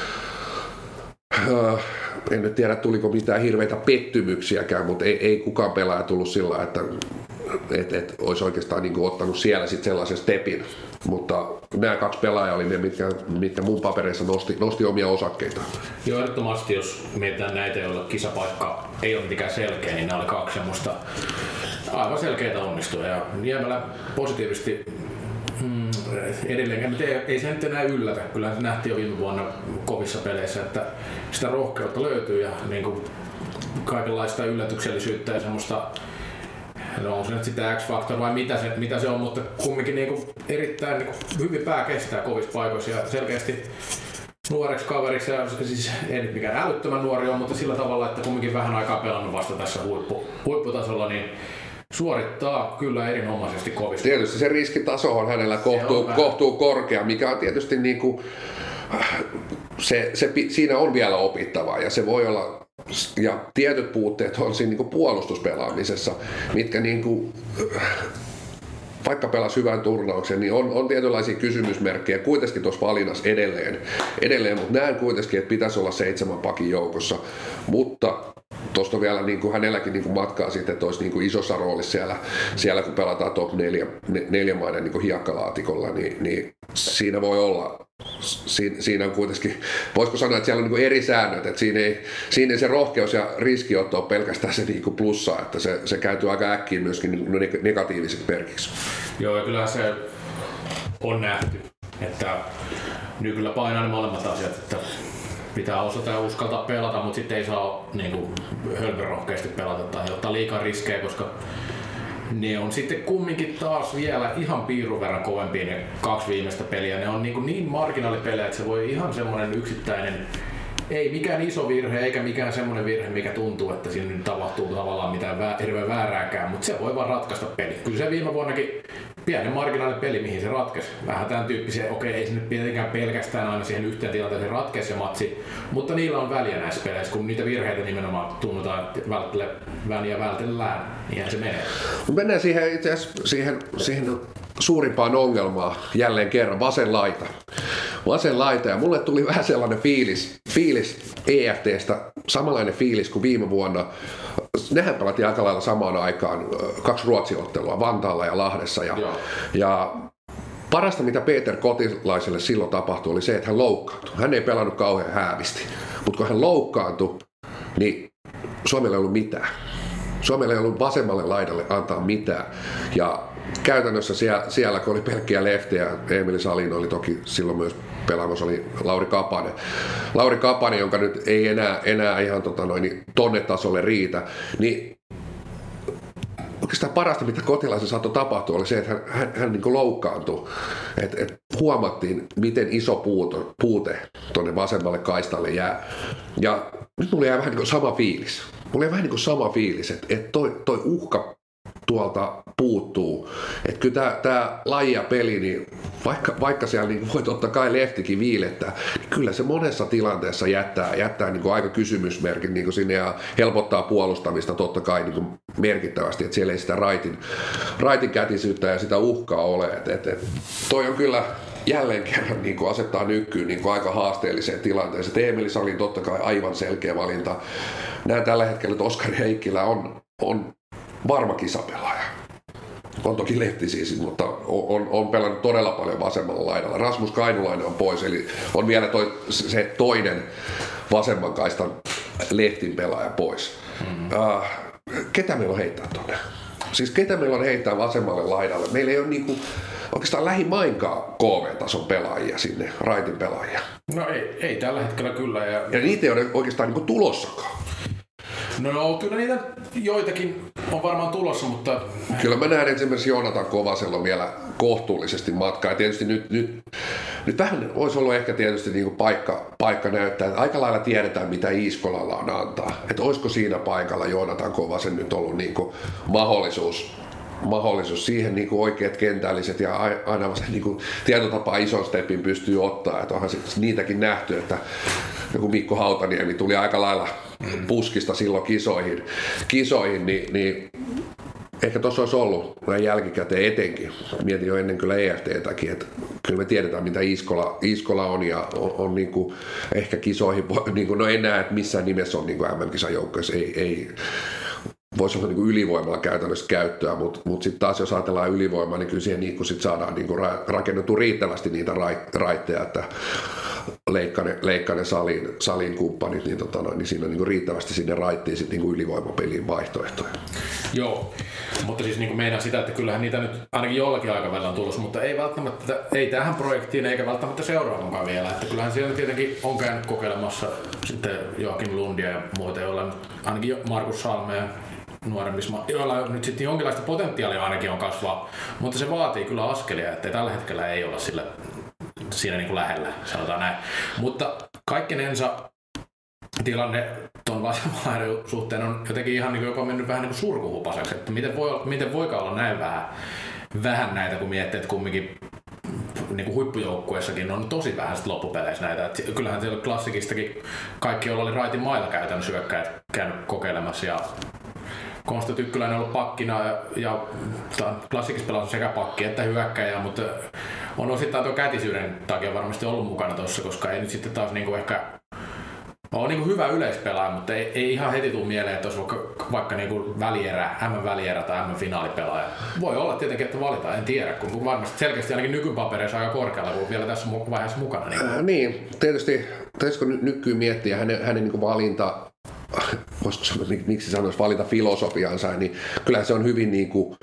[SPEAKER 2] en nyt tiedä, tuliko mitään hirveitä pettymyksiäkään, mutta ei kukaan pelaaja tullut sillä, että olisi oikeastaan niin kuin ottanut siellä sit sellaisen stepin. Mutta nämä 2 pelaajaa oli ne, mitkä mun papereissa nosti omia osakkeitaan.
[SPEAKER 3] Joo, ehdottomasti jos mietitään näitä, joilla kisapaikka ei ole mitenkään selkeä, niin nämä oli 2 semmoista aivan selkeitä onnistuja. Ja Niemelä positiivisesti edelleen, ei se nyt enää yllätä. Kyllä se nähtiin jo viime vuonna kovissa peleissä, että sitä rohkeutta löytyy ja niin kuin kaikenlaista yllätyksellisyyttä ja semmoista, no on se nyt sitä X-Factor vai mitä se on, mutta kumminkin niin kuin erittäin niin kuin hyvin pää kestää kovissa paikoissa ja selkeästi nuoreksi kaveriksi, ja siis ei nyt mikään älyttömän nuori on, mutta sillä tavalla, että kumminkin vähän aikaa pelannut vasta tässä huipputasolla, niin suorittaa kyllä erinomaisesti kovista.
[SPEAKER 2] Tietysti se riskitaso on hänellä kohtuu korkea, mikä on tietysti niin kuin, siinä on vielä opittavaa ja se voi olla, ja tietyt puutteet on siinä niin kuin puolustuspelaamisessa, mitkä niin kuin, vaikka pelasi hyvän turnauksen, niin on tietynlaisia kysymysmerkkejä kuitenkin tuossa valinnassa edelleen, mutta näen kuitenkin, että pitäisi olla 7 pakin joukossa, mutta tuosta vielä niin kuin hänelläkin niin kuin matkaa sitten, että olisi niin kuin isossa roolissa siellä kun pelataan top 4 maiden niin kuin hiekkalaatikolla, niin siinä voi olla, siinä on kuitenkin, voisiko sanoa, että siellä on niin kuin eri säännöt, että siinä ei se rohkeus ja riskiotto ole pelkästään se niin kuin plussa, että se kääntyy aika äkkiin myöskin negatiiviseksi merkiksi.
[SPEAKER 3] Joo, ja kyllähän se on nähty, että nykyllä painaa ne molemmat asiat, että pitää osata ja uskaltaa pelata, mutta sitten ei saa niin hölmörohkeasti pelata tai ottaa liikaa riskejä, koska ne on sitten kumminkin taas vielä ihan piirun verran kovempia ne 2 viimeistä peliä. Ne on niin marginaalipelejä, että se voi ihan semmoinen yksittäinen ei mikään iso virhe eikä mikään semmoinen virhe, mikä tuntuu, että siinä nyt tapahtuu tavallaan mitään hirveän väärääkään, mutta se voi vaan ratkaista peli. Kyllä se viime vuonnakin pienen marginaalinen peli, mihin se ratkesi. Vähän tämän tyyppisiä, ei se nyt tietenkään pelkästään aina siihen yhteen tilanteeseen ratkesi se matsi, mutta niillä on väliä näissä peleissä, kun niitä virheitä nimenomaan tunnutaan vältellään, niinhän se menee.
[SPEAKER 2] Mennään siihen itse asiassa siihen suurimpaan ongelmaan jälleen kerran, vasen laita. Ja mulle tuli vähän sellainen fiilis EFTstä, samanlainen fiilis kuin viime vuonna. Nehän pelattiin aika lailla samaan aikaan 2 Ruotsi-ottelua Vantaalla ja Lahdessa. Ja parasta, mitä Peter Kotilaiselle silloin tapahtui, oli se, että hän loukkaantui. Hän ei pelannut kauhean häävisti, mutta kun hän loukkaantui, niin Suomella ei ollut mitään. Suomella ei ollut vasemmalle laidalle antaa mitään. Ja käytännössä siellä kun oli pelkkiä leftejä, Eemeli Salin oli toki silloin myös pelaamassa, oli Lauri Kapanen, jonka nyt ei enää ihan tonne tasolle riitä, niin oikeastaan parasta, mitä Kotilaisen saattoi tapahtua, oli se, että hän niin kuin loukkaantui. Et huomattiin, miten iso puute tuonne vasemmalle kaistalle jää. Ja nyt mulla jäi vähän niin kuin sama fiilis. Että toi uhka tuolta puuttuu. Että kyllä tämä laji ja peli, niin vaikka siellä niin voi totta kai leftikin viilettää, niin kyllä se monessa tilanteessa jättää niin kuin aika kysymysmerkin niin kuin sinne ja helpottaa puolustamista totta kai niin kuin merkittävästi, että siellä ei sitä raitin kätisyyttä ja sitä uhkaa ole. Toi on kyllä jälleen kerran niin kuin asettaa nykkyyn niin kuin aika haasteelliseen tilanteeseen. Eemeli Salin totta kai aivan selkeä valinta. Näen tällä hetkellä, että Oskari Heikkilä on varma kisapelaaja. On toki lehti siis, mutta on pelannut todella paljon vasemmalla laidalla. Rasmus Kainulainen on pois, eli on vielä se toinen vasemman kaistan lehtin pelaaja pois. Ketä meillä on heittää tuonne? Siis ketä meillä on heittää vasemmalle laidalle? Meillä ei ole niinku oikeastaan lähimainkaan KV-tason pelaajia sinne, raitin pelaajia.
[SPEAKER 3] No ei tällä hetkellä kyllä.
[SPEAKER 2] Ja niitä ei ole oikeastaan niinku tulossakaan.
[SPEAKER 3] No kyllä niitä joitakin on varmaan tulossa, mutta...
[SPEAKER 2] Kyllä mä näen esimerkiksi Joonatan Kovasella vielä kohtuullisesti matkaa. Ja tietysti nyt vähän olisi ollut ehkä tietysti niin kuin paikka näyttää, että aika lailla tiedetään, mitä Iiskolalla on antaa. Että olisiko siinä paikalla Joonatan Kovasen nyt ollut niin kuin mahdollisuus siihen niin kuin oikeat kentälliset ja aina niin kuin tietotapaa ison steppin pystyy ottaa. Että onhan niitäkin nähty, että joku Mikko Hautaniemi tuli aika lailla puskista silloin kisoihin niin ehkä tuossa olisi ollut näin jälkikäteen etenkin. Mietin jo ennen kyllä EFT:täkin, että kyllä me tiedetään mitä Iiskola on ja on niin kuin ehkä kisoihin, niin kuin, no en näe, että missään nimessä on niin kuin MM-kisan joukkoissa, ei voisi olla niin kuin ylivoimalla käytännössä käyttöä, mutta sitten taas jos ajatellaan ylivoimaa, niin kyllä siihen niin kuin sit saadaan niin kuin rakennettua riittävästi niitä raitteja, että Leikkanen salin kumppanit, niin siinä on niin kuin riittävästi sinne raittiin sit niin kuin ylivoimapeliin vaihtoehtoja.
[SPEAKER 3] Joo, mutta siis niin kuin meinaa sitä, että kyllähän niitä nyt ainakin jollakin aikavälillä on tulossa, mutta ei tähän projektiin eikä välttämättä seuraavankaan vielä. Että kyllähän siellä tietenkin on käynyt kokeilemassa sitten Joakim Lundia ja muita, joilla ainakin Markus Salme ja nuoremmissa, joilla nyt sitten jonkinlaista potentiaalia ainakin on kasvaa, mutta se vaatii kyllä askelia, että tällä hetkellä ei olla siinä niin kuin lähellä, sanotaan näin. Mutta kaikkinensa tilanne tuon vasemman suhteen on jotenkin ihan niin kuin jopa mennyt vähän niin kuin surkuhupaseksi, että miten voikaan olla näin vähän näitä, kun miettii, että kumminkin niin kuin huippujoukkueessakin on tosi vähän loppupeleissä näitä. Että kyllähän siellä Klassikistakin kaikki, joilla oli raitin mailla käytännössä hyökkäät käynyt kokeilemassa ja Konsta Tykkyläinen on ollut pakkina ja Klassikissa pelannut sekä pakki että hyökkäjä, mutta on osittain tuon kätisyyden takia varmasti ollut mukana tuossa, koska ei nyt sitten taas niinku ehkä on niinku hyvä yleispelaaja, mutta ei ihan heti tule mieleen, että olisi vaikka niinku M-välierä tai M-finaalipelaaja. Voi olla tietenkin, että valitaan, en tiedä, kun varmasti selkeästi ainakin nykypapereissa aika korkealla, kun vielä tässä vaiheessa mukana.
[SPEAKER 2] Niin, tietysti kun nykyyn miettiä hänen niinku valinta, voisiko sanoa, miksi sanoisi valita filosofiansa, niin kyllähän se on hyvin niin kuin,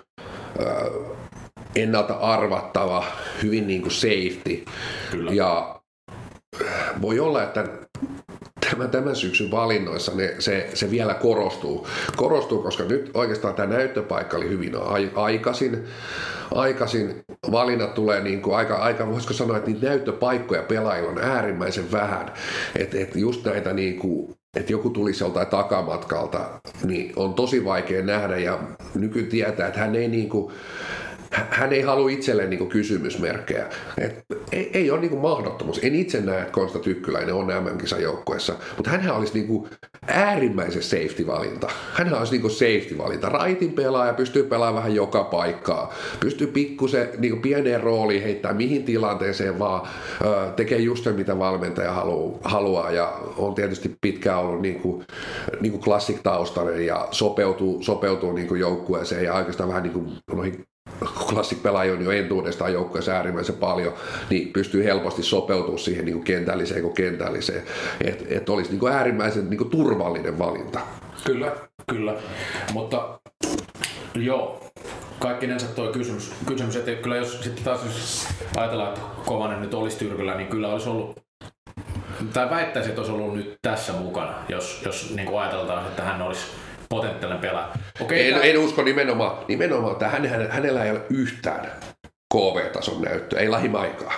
[SPEAKER 2] ennalta arvattava, hyvin niin kuin safety. Kyllä. Ja voi olla, että tämän syksyn valinnoissa se vielä korostuu, koska nyt oikeastaan tämä näyttöpaikka oli hyvin aikaisin valinnat tulee niin kuin aika, voisiko sanoa, että niitä näyttöpaikkoja pelaajilla on äärimmäisen vähän. Että just näitä niin kuin, että joku tulisi joltain takamatkalta, niin on tosi vaikea nähdä ja nyky tietää, että hän ei halua itselleen niinku kysymysmerkkejä. Ei ole niinku mahdottomuus. En itse näe, että Konsta Tykkyläinen on MM-kisan joukkueessa, mutta hänhän olisi niinku äärimmäisen safety-valinta. Hänhän olisi niinku safety-valinta. Raitin pelaaja pystyy pelaamaan vähän joka paikkaa. Pystyy pikkusen niinku pieneen rooliin heittää mihin tilanteeseen vaan. Tekee just sen, mitä valmentaja haluaa. Ja on tietysti pitkään ollut niinku classic-taustainen ja sopeutuu niinku joukkueeseen ja oikeastaan vähän niinku noihin Classic-pelaajia on jo entuudestaan joukkueessa äärimmäisen paljon, niin pystyy helposti sopeutumaan siihen niin kuin kentälliseen kuin kentälliseen. Että olisi niin kuin äärimmäisen niin kuin turvallinen valinta.
[SPEAKER 3] Kyllä. Mutta joo, kaikkinensa tuo kysymys, että kyllä jos sitten taas jos ajatellaan, että Kovanen nyt olisi Tyrkyllä, niin kyllä olisi ollut, tai väittäisin, että olisi ollut nyt tässä mukana, jos niin kuin ajatellaan, että hän olisi potentiaalinen pelaaja.
[SPEAKER 2] En usko nimenomaan, että hänellä ei ole yhtään KV-tason näyttöä, ei lähimaikaa.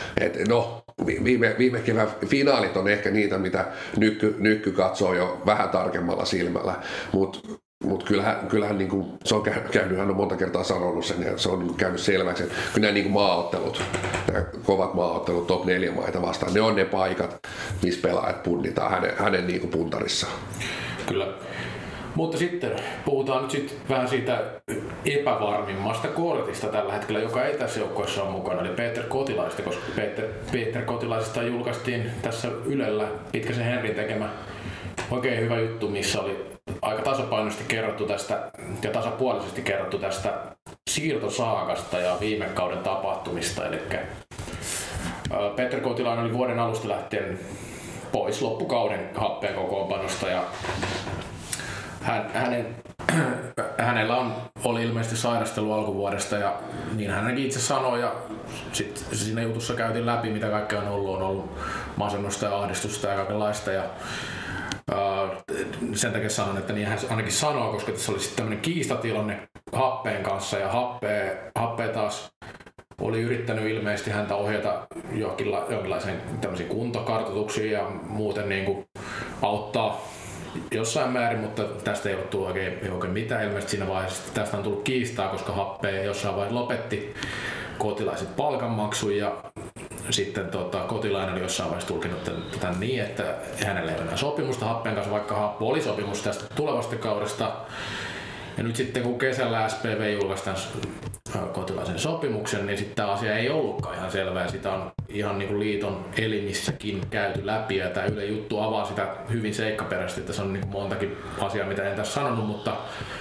[SPEAKER 2] Viime kevään finaalit on ehkä niitä, mitä nykky katsoo jo vähän tarkemmalla silmällä, mutta kyllähän niin kuin, se on käynyt, hän on monta kertaa sanonut sen, ja se on niin kuin käynyt selväksi, että kyllä nämä niin kuin maaottelut, nämä kovat maaottelut top 4 maita vastaan, ne on ne paikat, missä pelaajat punnitaan hänen niin kuin puntarissaan.
[SPEAKER 3] Kyllä. Mutta sitten puhutaan nyt vähän siitä epävarmimmasta kortista tällä hetkellä, joka ei tässä joukkueessa ole mukana, eli Peter Kotilaisesta, koska Peter Kotilaisesta julkaistiin tässä Ylellä Pitkäsen Henrin tekemä oikein hyvä juttu, missä oli aika tasapainoisesti kerrottu tästä ja tasapuolisesti kerrottu tästä siirtosaakasta ja viime kauden tapahtumista. Eli Peter Kotilainen oli vuoden alusta lähtien pois loppukauden happeen kokoonpanosta ja hänellä oli ilmeisesti sairastelu alkuvuodesta ja niin hän itse sanoi ja sitten siinä jutussa käytiin läpi mitä kaikkea on ollut masennusta ja ahdistusta ja kaikenlaista ja sen takia sanon, että niin hän ainakin sanoo, koska tässä oli sitten tämmöinen kiistatilanne Happeen kanssa ja Happe taas oli yrittänyt ilmeisesti häntä ohjata jonkinlaiseen tämmöisiin kuntokartoituksiin ja muuten niin kuin auttaa jossain määrin, mutta tästä ei ole tullut oikein mitään. Ilmeisesti siinä vaiheessa tästä on tullut kiistaa, koska Happe jossain vaiheessa lopetti Kotilaiset palkanmaksun ja sitten Kotilainen oli jossain vaiheessa tulkinut tämän niin, että hänellä ei ole enää sopimusta Happeen kanssa, vaikka Happo oli sopimus tästä tulevasta kaudesta. Ja nyt sitten kun kesällä SPV julkaisi tämän Kotilaisen sopimuksen, niin sitten tämä asia ei ollutkaan ihan selvää. Sitä on ihan niin kuin liiton elimissäkin käyty läpi ja tämä Yle juttu avaa sitä hyvin seikkaperäisesti. Tässä on niin kuin montakin asiaa, mitä en tässä sanonut, mutta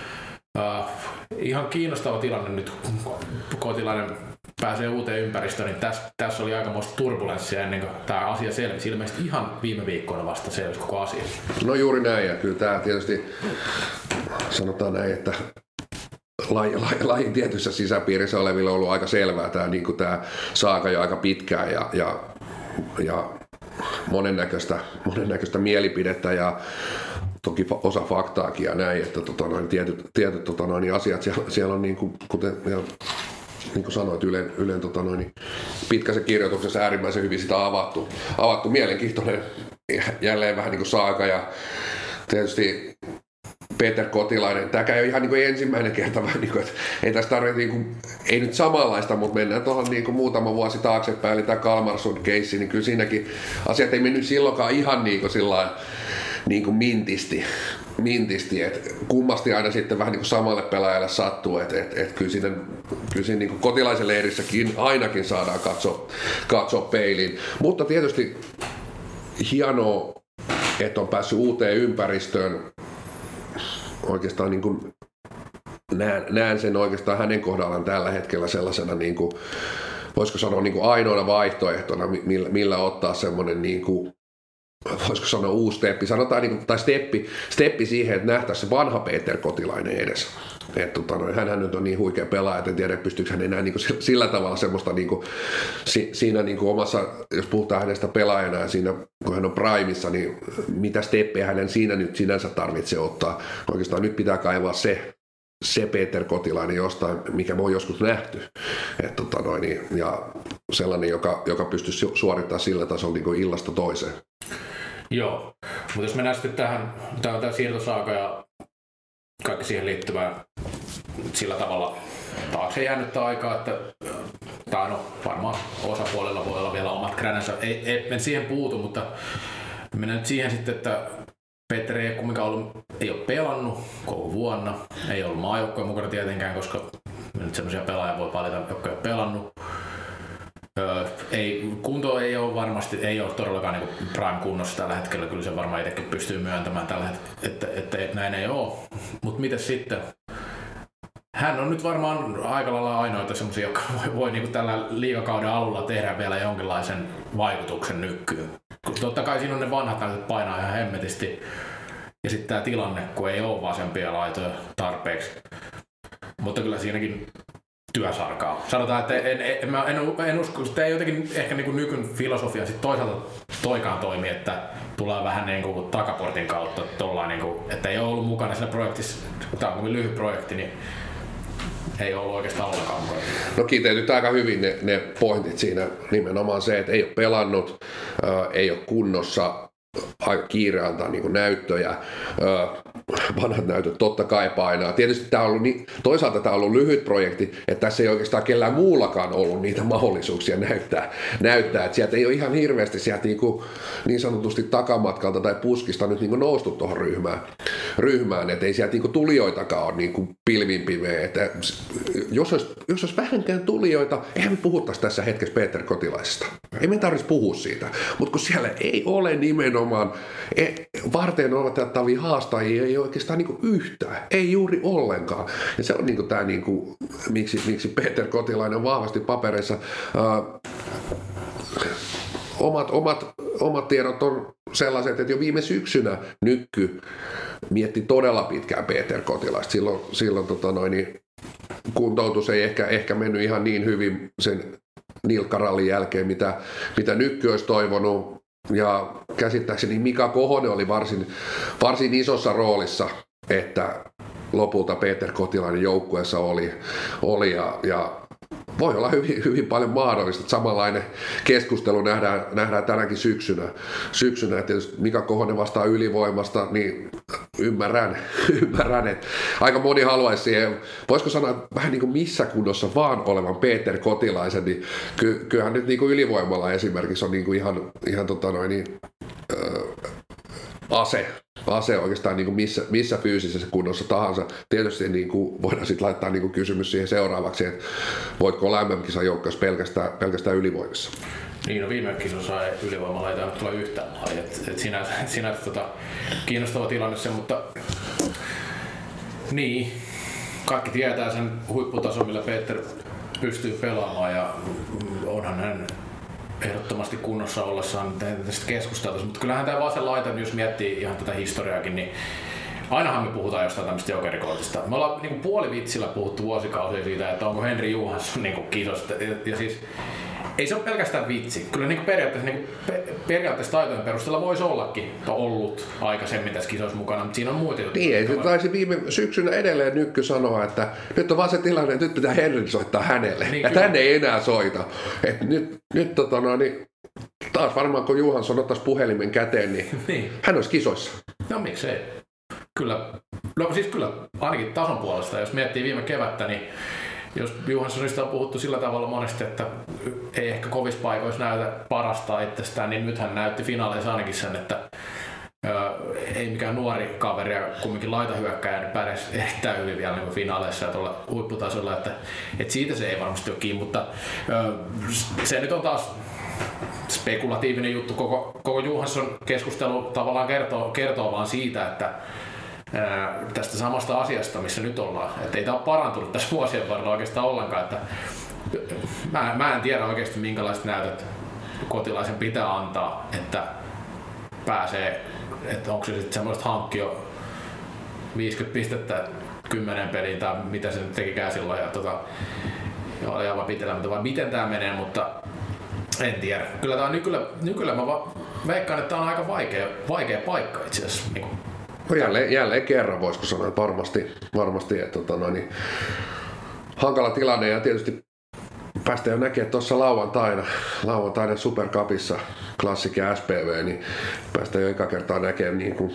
[SPEAKER 3] ihan kiinnostava tilanne nyt, kun Kotilainen pääsee uuteen ympäristöön, niin tässä oli aikamoista turbulenssia ennen kuin tämä asia selvisi. Ilmeisesti ihan viime viikkoina vasta selvisi koko asia.
[SPEAKER 2] No juuri näin, ja kyllä tämä tietysti sanotaan näin, että lajin tietyssä sisäpiirissä oleville on ollut aika selvää tämä, niin kuin tämä saaka jo aika pitkään ja monennäköistä mielipidettä ja toki osa faktaakin ja näin, että tietyt asiat siellä on niin kuin, kuten niin kuin sanoit, Ylen Pitkäsen kirjoituksessa äärimmäisen hyvin sitä avattu mielenkiintoinen jälleen vähän niin kuin saaka ja tietysti Peter Kotilainen. Tämä käy ihan niin kuin ensimmäinen kerta, niin kuin, että ei tässä tarvitse, niin kuin, ei nyt samanlaista, mutta mennään tuohon niin kuin muutama vuosi taaksepäin, eli tämä Kalmarsund-keissi, niin kyllä siinäkin asiat ei mennyt silloinkaan ihan niin kuin sillain, niin kuin mintisti, että kummasti aina sitten vähän niin kuin samalle pelaajalle sattuu, että kyllä siinä niin kuin Kotilaisen leirissäkin ainakin saadaan katsoa peiliin, mutta tietysti hienoa, että on päässyt uuteen ympäristöön. Oikeastaan niin kuin näen sen oikeastaan hänen kohdallaan tällä hetkellä sellaisena, niin kuin, voisiko sanoa niin kuin ainoana vaihtoehtona, millä ottaa semmoinen, niin kuin, voisiko sanoa uusi steppi, sanotaan, niin kuin, tai steppi siihen, että nähtäisiin se vanha Peter Kotilainen edessä. Hänhän nyt on niin huikea pelaaja, että en tiedä, pystyykö hän enää niin kuin sillä tavalla semmoista niin kuin, siinä niin kuin omassa, jos puhutaan hänestä pelaajana ja siinä, kun hän on primissa, niin mitä steppejä hänen siinä nyt sinänsä tarvitsee ottaa. Oikeastaan nyt pitää kaivaa se se Peter Kotilainen jostain, mikä me on joskus nähty. Ja sellainen, joka pystyisi suorittamaan sillä tasolla niin kuin illasta toiseen.
[SPEAKER 3] Joo, mutta jos mennään sitten tähän, tämä siirtosaaka ja kaikki siihen liittyvää sillä tavalla taakse jäänyttä aikaa, että varmaan osapuolella voi olla vielä omat kränänsä. En siihen puutu, mutta mennään nyt siihen sitten, että Petteri ei kumminkaan ei ole pelannut koko vuonna, ei ollut maajoukkoja mukana tietenkään, koska nyt semmoisia pelaajia voi valita, jotka ei ole pelannut. Kunto ei ole varmasti, ei ole todellakaan niin prime-kunnossa tällä hetkellä, kyllä se varmaan itsekin pystyy myöntämään tällä hetkellä, että näin ei ole. Mutta miten sitten? Hän on nyt varmaan aika lailla ainoita semmoisia, jotka voi niin tällä liigakauden alulla tehdä vielä jonkinlaisen vaikutuksen nykkyyn. Totta kai siinä on ne vanhat näytöt painaa ihan hemmetisti. Ja sitten tämä tilanne, kun ei ole vasempia laitoja tarpeeksi. Mutta kyllä siinäkin työsarkaa. Sanotaan, että en usko, että ei jotenkin ehkä niin kuin nykyn filosofia sitten toisaalta toikaan toimi, että tullaan vähän niin kuin takaportin kautta, niin kuin, että ei ole ollut mukana siinä projektissa. Tämä on kovin lyhyt projekti, niin ei ole ollut oikeastaan ollenkaan mukana.
[SPEAKER 2] No kiteytyy aika hyvin ne pointit siinä. Nimenomaan se, että ei ole pelannut, ei ole kunnossa, aika kiire antaa niin näyttöjä. Vanhat näytöt totta kai painaa. Tietysti toisaalta tämä on ollut lyhyt projekti, että tässä ei oikeastaan kellään muullakaan ollut niitä mahdollisuuksia näyttää. Että sieltä ei ole ihan hirveästi sieltä niin sanotusti takamatkalta tai puskista nyt noustu tuohon ryhmään. Että ei sieltä tulijoitakaan ole pilvin pimeä. Että jos olisi vähänkään tulijoita, eihän me puhuttaisi tässä hetkessä Peter Kotilaisesta. Ei me tarvitsisi puhua siitä. Mutta kun siellä ei ole nimenomaan varten otettavia haastajia, ei oikeastaan yhtään, ei juuri ollenkaan. Ja se on tämä, miksi Peter Kotilainen on vahvasti papereissa. Omat tiedot on sellaiset, että jo viime syksynä Nykky mietti todella pitkään Peter Kotilaista. Silloin kuntoutus ei ehkä mennyt ihan niin hyvin sen nilkkarallin jälkeen, mitä Nykky olisi toivonut. Ja käsittääkseni Mika Kohonen oli varsin isossa roolissa, että lopulta Peter Kotilainen joukkueessa oli ja voi olla hyvin paljon mahdollista, että samanlainen keskustelu nähdään tänäkin syksynä. Ja tietysti Mika Kohonen vastaa ylivoimasta, niin ymmärrän, että aika moni haluaisi siihen, voisiko sanoa vähän niin kuin missä kunnossa vaan olevan Peter Kotilaisen, niin kyllähän nyt niin kuin ylivoimalla esimerkiksi on niin kuin ihan ase oikeastaan niin kuin missä fyysisessä kunnossa tahansa. Tietysti niin kuin voidaan sitten laittaa niin kuin kysymys siihen seuraavaksi, että voitko olla MM-kisan joukkueessa pelkästään ylivoimassa.
[SPEAKER 3] Niin, no viime kisossa ylivoimalla ei tainnut tulla yhtään laji. Siinä kiinnostava tilanne se, mutta niin, kaikki tietää sen huipputason, millä Peter pystyy pelaamaan ja onhan hän ehdottomasti kunnossa ollessaan tästä keskustelua, mutta kyllähän tämä vasen laita, jos miettii ihan tätä historiaakin, niin ainahan me puhutaan jostain tämmöistä jokerikortista. Me ollaan niin puolivitsillä puhuttu vuosikausia siitä, että onko Henri Johansson niin kisosta. Ja siis ei se ole pelkästään vitsi. Kyllä periaatteessa taitojen perusteella voisi ollakin ollut aikaisemmin tässä kisoissa mukana, mutta siinä on muita juttuja.
[SPEAKER 2] Niin, ei taisi viime syksynä edelleen Nykky sanoa, että nyt on vaan se tilanne, että nyt pitää Henri soittaa hänelle. Niin, ja hän ei enää soita. Et nyt taas varmaan kun Johansson ottaisi puhelimen käteen, niin hän olisi kisoissa.
[SPEAKER 3] No miksei. Kyllä ainakin tason puolesta, jos miettii viime kevättä, niin jos Johanssonista on puhuttu sillä tavalla monesti, että ei ehkä kovissa paikoissa näytä parasta itsestään, niin nyt hän näytti finaaleissa ainakin sen, että ei mikään nuori kaveri ja kumminkin laitahyökkäjä niin pärjäsi erittäin hyvin vielä niin finaaleissa ja tuolla huipputasolla, että siitä se ei varmasti ole kiinni, mutta se nyt on taas spekulatiivinen juttu. Koko Johansson keskustelu tavallaan kertoo vaan siitä, että tästä samasta asiasta, missä nyt ollaan. Että ei tämä ole parantunut tässä vuosien varrella oikeastaan ollenkaan. Että mä en tiedä oikeasti minkälaiset näytöt Kotilaisen pitää antaa, että pääsee, että onko se sitten semmoista hankkia 50 pistettä 10 peliin tai mitä se nyt tekikään silloin. Ja oli aivan pitelemättä vai miten tämä menee, mutta en tiedä. Kyllä tämä on nykyllä mä veikkaan, että tämä on aika vaikea paikka itse asiassa.
[SPEAKER 2] Jälleen kerran voisiko sanoa, että varmasti että hankala tilanne ja tietysti päästään jo näkemään tuossa lauantaina Super Cupissa Classic ja SPV, niin päästään jo eka kertaa näkemään niin kuin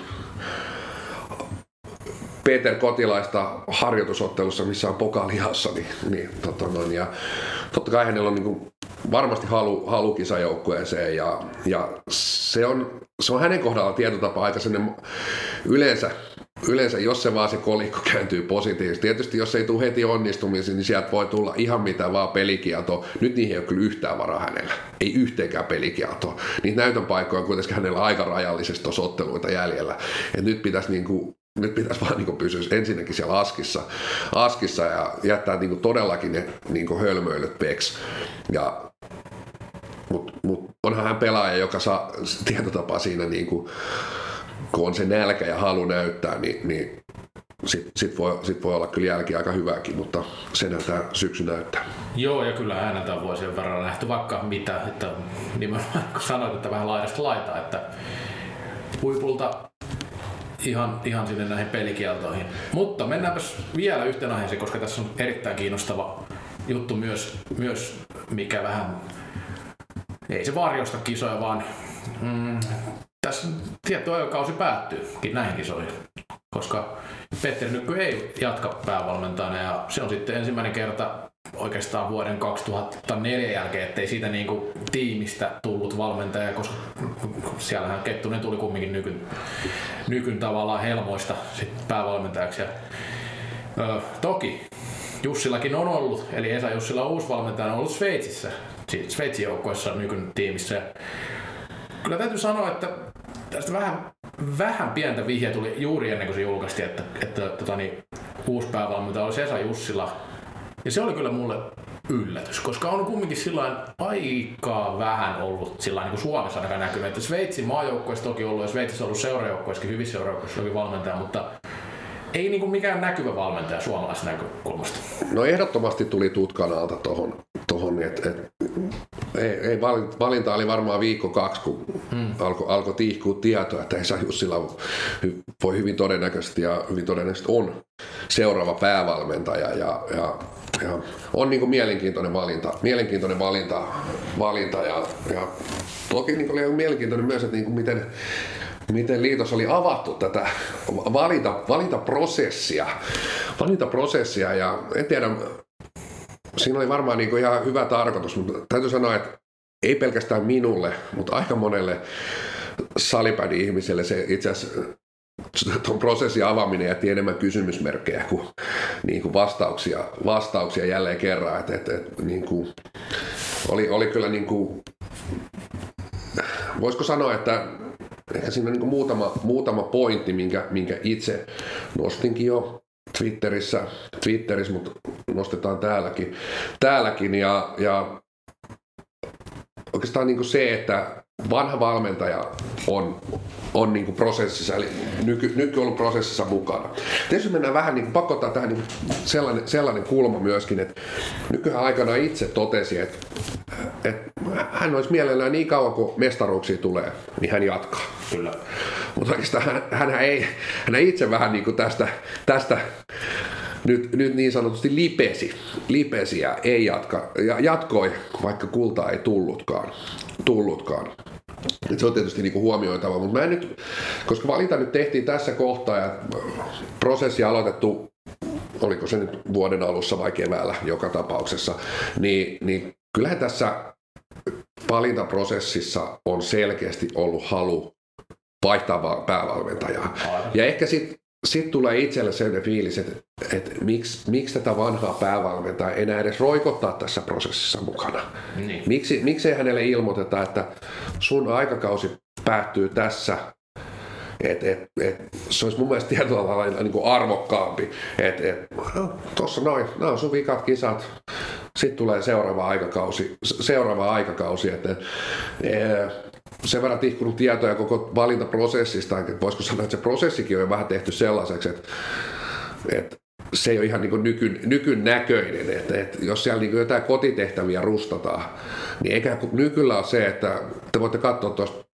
[SPEAKER 2] Peter Kotilaista harjoitusottelussa, missä on pokaaliassa, ja totta kai hänellä on niin kuin varmasti halu kisajoukkueeseen ja se on hänen kohdalla tietotapa aika sellainen yleensä, jos se vaan se kolikko kääntyy positiivisesti. Tietysti jos ei tule heti onnistumisiin, niin sieltä voi tulla ihan mitä vaan pelikieltoa. Nyt niihin ei ole kyllä yhtään varaa hänellä. Ei yhteenkään pelikieltoa. Niitä näytön paikkoja on kuitenkin hänellä aika rajallisesti tuossa otteluita jäljellä. Et nyt pitäisi vaan niinku pysyä ensinnäkin siellä askissa ja jättää niinku todellakin ne niinku hölmöilyt peks. Mut onhan hän pelaaja, joka saa tietotapaa siinä, niinku, kun on se nälkä ja halu näyttää, niin sit voi olla kyllä jälki aika hyvääkin, mutta sen tämä syksy näyttää.
[SPEAKER 3] Joo, ja kyllä häneltä on vuosien verran nähty vaikka mitä, että nimenomaan kun sanoit, että vähän laidasta laitaa, että huipulta ihan sinne näihin pelikieltoihin. Mutta mennäänpäs vielä yhteen aiheeseen, koska tässä on erittäin kiinnostava juttu myös mikä vähän, ei se varjosta kisoja, vaan tässä tietty aikakausi päättyy näihin kisoihin, koska Petteri Nykky ei jatka päävalmentajana ja se on sitten ensimmäinen kerta oikeastaan vuoden 2004 jälkeen, ettei siitä niinku tiimistä tullut valmentaja, koska siellähän Kettunen tuli kumminkin Nykyn tavallaan helmoista sit päävalmentajaksi. Ja, toki Jussillakin on ollut, eli Esa Jussila on uusi valmentaja, on ollut Sveitsissä, Sveitsin joukkueessa Nykyn tiimissä. Kyllä täytyy sanoa, että tästä vähän pientä vihjeä tuli juuri ennen kuin se julkaistiin, että uusi päävalmentaja olisi Esa Jussila. Ja se oli kyllä mulle yllätys, koska on kumminkin sillain aika vähän ollut sillain niin kuin Suomessa ainakaan näkynyt. Että Sveitsin maajoukkueessa toki ollut ja Sveitsissä on ollut seurajoukkueessakin, hyvissä seurajoukkueissa oli valmentaja, mutta ei niin kuin mikään näkyvä valmentaja suomalaisesta näkökulmasta.
[SPEAKER 2] No ehdottomasti tuli tutkan alta tohon että valinta oli varmaan viikko 2, kun alkoi tiihkua tietoa, että Esa Jussila voi hyvin todennäköisesti on seuraava päävalmentaja ja on niin kuin mielenkiintoinen valinta ja toki niin kuin oli mielenkiintoinen myös, että niin kuin miten liitos oli avattu tätä valintaprosessia ja en tiedä, siinä oli varmaan niin kuin ihan hyvä tarkoitus, mutta täytyy sanoa, että ei pelkästään minulle, mutta aika monelle salibändi-ihmiselle se itse asiassa tuon prosessin avaaminen jätti enemmän kysymysmerkkejä kuin, niin kuin vastauksia jälleen kerran. Niin kuin, oli kyllä, niin kuin, voisiko sanoa, että ehkä siinä on niin kuin muutama pointti, minkä itse nostinkin jo Twitterissä, mutta nostetaan täälläkin ja oikeastaan niin kuin se, että vanha valmentaja on niin kuin prosessissa, eli Nykky on ollut prosessissa mukana. Tietysti mennään vähän, niin pakko ottaa tähän niin sellainen kulma myöskin, että Nykkyhän aikana itse totesi, että hän olisi mielellään niin kauan kuin mestaruuksia tulee, niin hän jatkaa.
[SPEAKER 3] Kyllä.
[SPEAKER 2] Mutta oikeastaan hän itse vähän niin kuin tästä nyt niin sanotusti lipesi ja ei jatkoi, vaikka kultaa ei tullutkaan. Et se on tietysti niinku huomioitava, mutta mä en nyt, koska valinta nyt tehtiin tässä kohtaa ja prosessi aloitettu, oliko se nyt vuoden alussa vai keväällä joka tapauksessa, niin kyllähän tässä valintaprosessissa on selkeästi ollut halu vaihtaa päävalmentajaa. Ja ehkä sitten tulee itselle sellainen fiilis, että miksi tätä vanhaa päävalmentajaa enää edes roikottaa tässä prosessissa mukana.
[SPEAKER 3] Niin.
[SPEAKER 2] Miksei hänelle ilmoiteta, että sun aikakausi päättyy tässä. Se olisi mun mielestä tietyllä lailla niin kuin arvokkaampi. Tuossa noin, nämä on sun vikat kisat. Sitten tulee seuraava aikakausi. Sen verran tihkunut tietoja koko valintaprosessista, että voisiko sanoa, että se prosessikin on jo vähän tehty sellaiseksi, että se ei ole ihan niin kuin nykyn näköinen, että jos siellä niin kuin jotain kotitehtäviä rustataan, niin eikä nykyllä ole se, että te voitte katsoa tuosta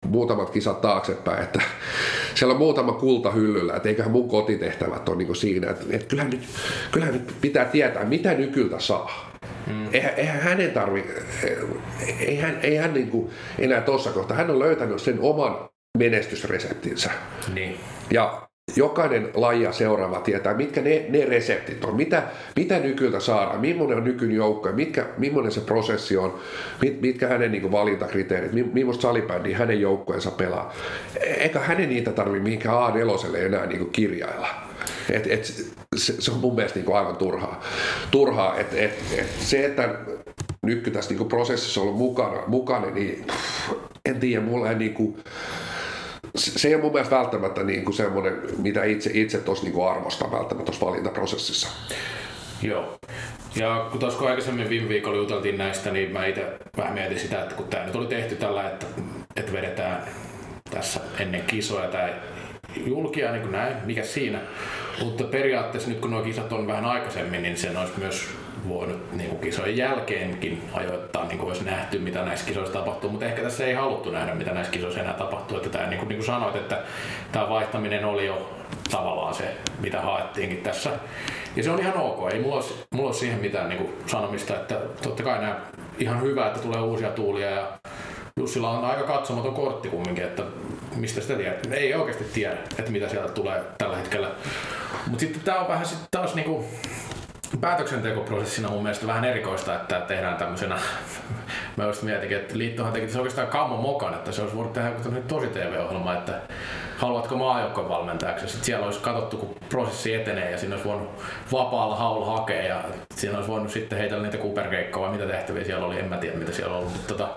[SPEAKER 2] muutamat kisat taaksepäin, että siellä on muutama kulta hyllyllä, että eiköhän mun kotitehtävät ole niin siinä, että kyllähän nyt pitää tietää, mitä Nykyltä saa. Eihän hänen ei hän niin kuin enää tuossa kohtaa, hän on löytänyt sen oman menestysreseptinsä.
[SPEAKER 3] Niin.
[SPEAKER 2] Ja jokainen lajia seuraava tietää, mitkä ne reseptit on, mitä Nykyltä saadaan, millainen on Nykyn joukko, millainen se prosessi on, mitkä hänen niin kuin valintakriteerit, millaista salibändiä hänen joukkojensa pelaa. Eikä hänen niitä tarvitse mihinkään A4 enää niin kuin kirjailla. Se on mun mielestä niin kuin aivan turhaa. Se, että Nykky tässä niin kuin prosessissa on ollut mukana niin en tiedä, mulla ei niin kuin, se ei ole mun mielestä välttämättä niin kuin semmoinen, mitä itse tuossa niin kuin arvostan välttämättä tuossa valintaprosessissa.
[SPEAKER 3] Joo. Ja kun tuossa aikaisemmin viime viikolla juteltiin näistä, niin mä itse vähän mietin sitä, että kun tämä nyt oli tehty tällä, että vedetään tässä ennen kisoja tai julkia niin kuin näin, mikä siinä. Mutta periaatteessa nyt kun nuo kisat on vähän aikaisemmin, niin sen olisi myös voinut niin kuin kisojen jälkeenkin ajoittaa, niin kuin olisi nähty, mitä näissä kisoissa tapahtuu, mutta ehkä tässä ei haluttu nähdä, mitä näissä kisoissa enää tapahtuu. Että tämä, niin kuin sanoit, että tämä vaihtaminen oli jo tavallaan se, mitä haettiinkin tässä. Ja se on ihan ok, ei mulla ole siihen mitään niin kuin sanomista, että totta kai nämä ihan hyvä, että tulee uusia tuulia ja Jussilla on aika katsomaton kortti kumminkin, että mistä sitä tiedät. Ei oikeasti tiedä, että mitä sieltä tulee tällä hetkellä. Mutta sitten tämä on vähän sitten taas niinku päätöksentekoprosessina mun mielestä vähän erikoista, että tehdään tämmöisenä. Mä just mietinkin, että liittohan teki se oikeastaan kammo mokan, että se olisi voinut tehdä tosi TV-ohjelma, että haluatko maajoukkojen valmentajaksi. Sitten siellä olisi katsottu, kun prosessi etenee ja siinä olisi voinut vapaalla haulla hakea ja siinä olisi voinut sitten heitellä niitä kuperkeikkoja vai mitä tehtäviä siellä oli, en mä tiedä mitä siellä on ollut. Mutta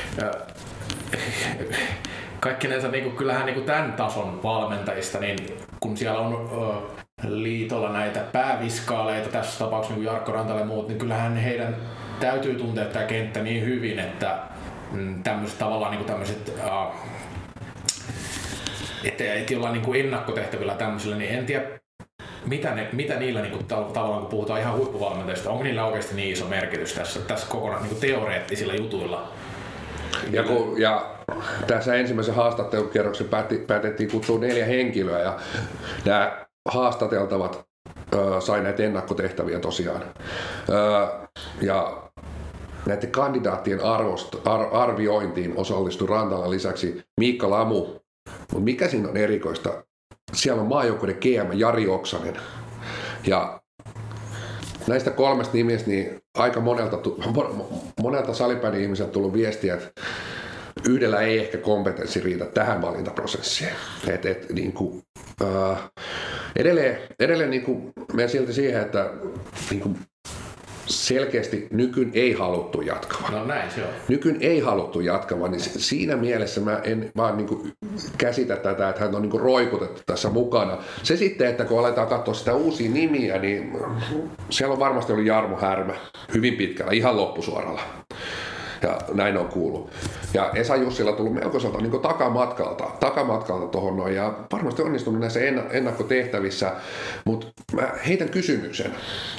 [SPEAKER 3] kaikkinensa niin kyllähän niin tämän tason valmentajista, niin kun siellä on liitolla näitä pääviskaaleita, tässä tapauksessa niin Jarkko Rantala ja muut, niin kyllähän heidän täytyy tuntea tämä kenttä niin hyvin, että tämmöiset tavallaan niin tämmöiset että jollain niin ennakkotehtävillä tämmöisillä, niin en tiedä mitä niillä niin tavallaan kun puhutaan ihan huippuvalmentajista, onko niillä oikeasti niin iso merkitys tässä kokonaan niin teoreettisilla jutuilla.
[SPEAKER 2] Ja tässä ensimmäisen haastattelukierroksen päätettiin kutsua 4 henkilöä ja nämä haastateltavat sai näitä ennakkotehtäviä tosiaan. Ja näiden kandidaattien arviointiin osallistui Rantalan lisäksi Miikka Lamu. Mutta mikä siinä on erikoista? Siellä on maajoukkueiden GM Jari Oksanen. Ja näistä 3 nimestä niin aika monelta salibändin ihmiseltä tullut viestiä, että yhdellä ei ehkä kompetenssi riitä tähän valintaprosessiin. Edelleen niin kuin menen silti siihen, että niin kuin selkeästi Nykyn ei haluttu jatkavan.
[SPEAKER 3] No näin se on.
[SPEAKER 2] Nykyn ei haluttu jatkavan, niin siinä mielessä mä en vaan niin kuin käsitä tätä, että hän on niin kuin roikutettu tässä mukana. Se sitten, että kun aletaan katsoa sitä uusia nimiä, niin siellä on varmasti ollut Jarmo Härmä hyvin pitkällä, ihan loppusuoralla. Ja näin on kuullut. Ja Esa Jussilla on tullut melkoiselta niin takamatkalta tuohon noin, ja varmasti onnistunut näissä ennakkotehtävissä, mutta mä heitän kysymyksen.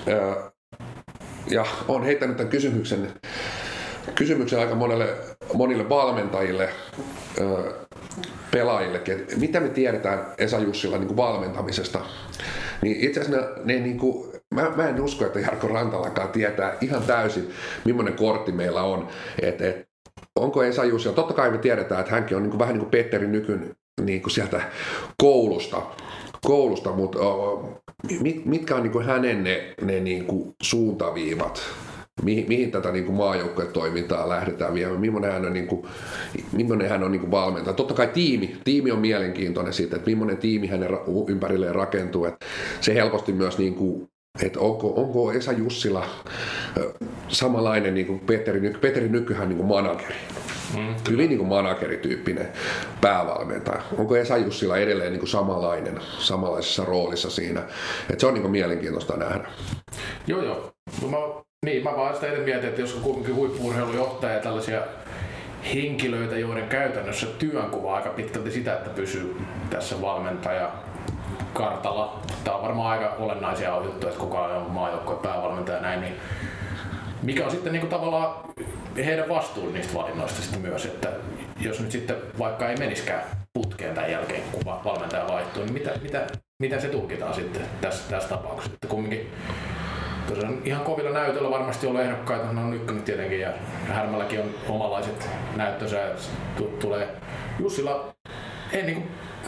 [SPEAKER 2] Ja olen heittänyt tämän kysymyksen aika monille valmentajille, pelaajille, että mitä me tiedetään Esa Jussilla niin kuin valmentamisesta. Niin itse asiassa niin kuin, mä en usko, että Jarkko Rantalakaan tietää ihan täysin, millainen kortti meillä on. Onko Esa Jussilla, totta kai me tiedetään, että hänkin on niin kuin, vähän niin kuin Petteri Nykyn niin kuin sieltä koulusta, mutta mitkä on niin kuin hänen ne niin kuin suuntaviivat, mihin tätä niin kuin maajoukkojen toimintaa lähdetään viemään, millainen hän on niin kuin valmentaja. Totta kai tiimi on mielenkiintoinen siitä, että millainen tiimi hänen ympärilleen rakentuu. Että se helposti myös, niin kuin, että onko Esa Jussila samanlainen niin kuin Petteri Nykyhän niin kuin manageri. Hyvin niin kuin managerityyppinen päävalmentaja. Onko Esa Jussila edelleen niin kuin samanlaisessa roolissa siinä? Että se on niin kuin mielenkiintoista nähdä.
[SPEAKER 3] Joo. Mä vaan sitä itse mietin, että jos on kuitenkin huippu-urheilujohtaja ja tällaisia henkilöitä, joiden käytännössä työnkuva aika pitkälti sitä, että pysyy tässä valmentaja kartalla. Tämä on varmaan aika olennaisia juttuja, että kuka on maajoukkojen päävalmentaja ja näin. Niin mikä on sitten niin kuin tavallaan heidän vastuun niistä valinnoista sitten myös, että jos nyt sitten vaikka ei meniskään putkeen tämän jälkeen, kun valmentaja vaihtuu, niin miten se tulkitaan sitten tässä tapauksessa? Että kumminkin tosiaan ihan kovilla näytöllä varmasti ollut ehdokkaita, no Ykkönen tietenkin ja Härmälläkin on omanlaiset näyttönsä ja tulee Jussila, ei niinku,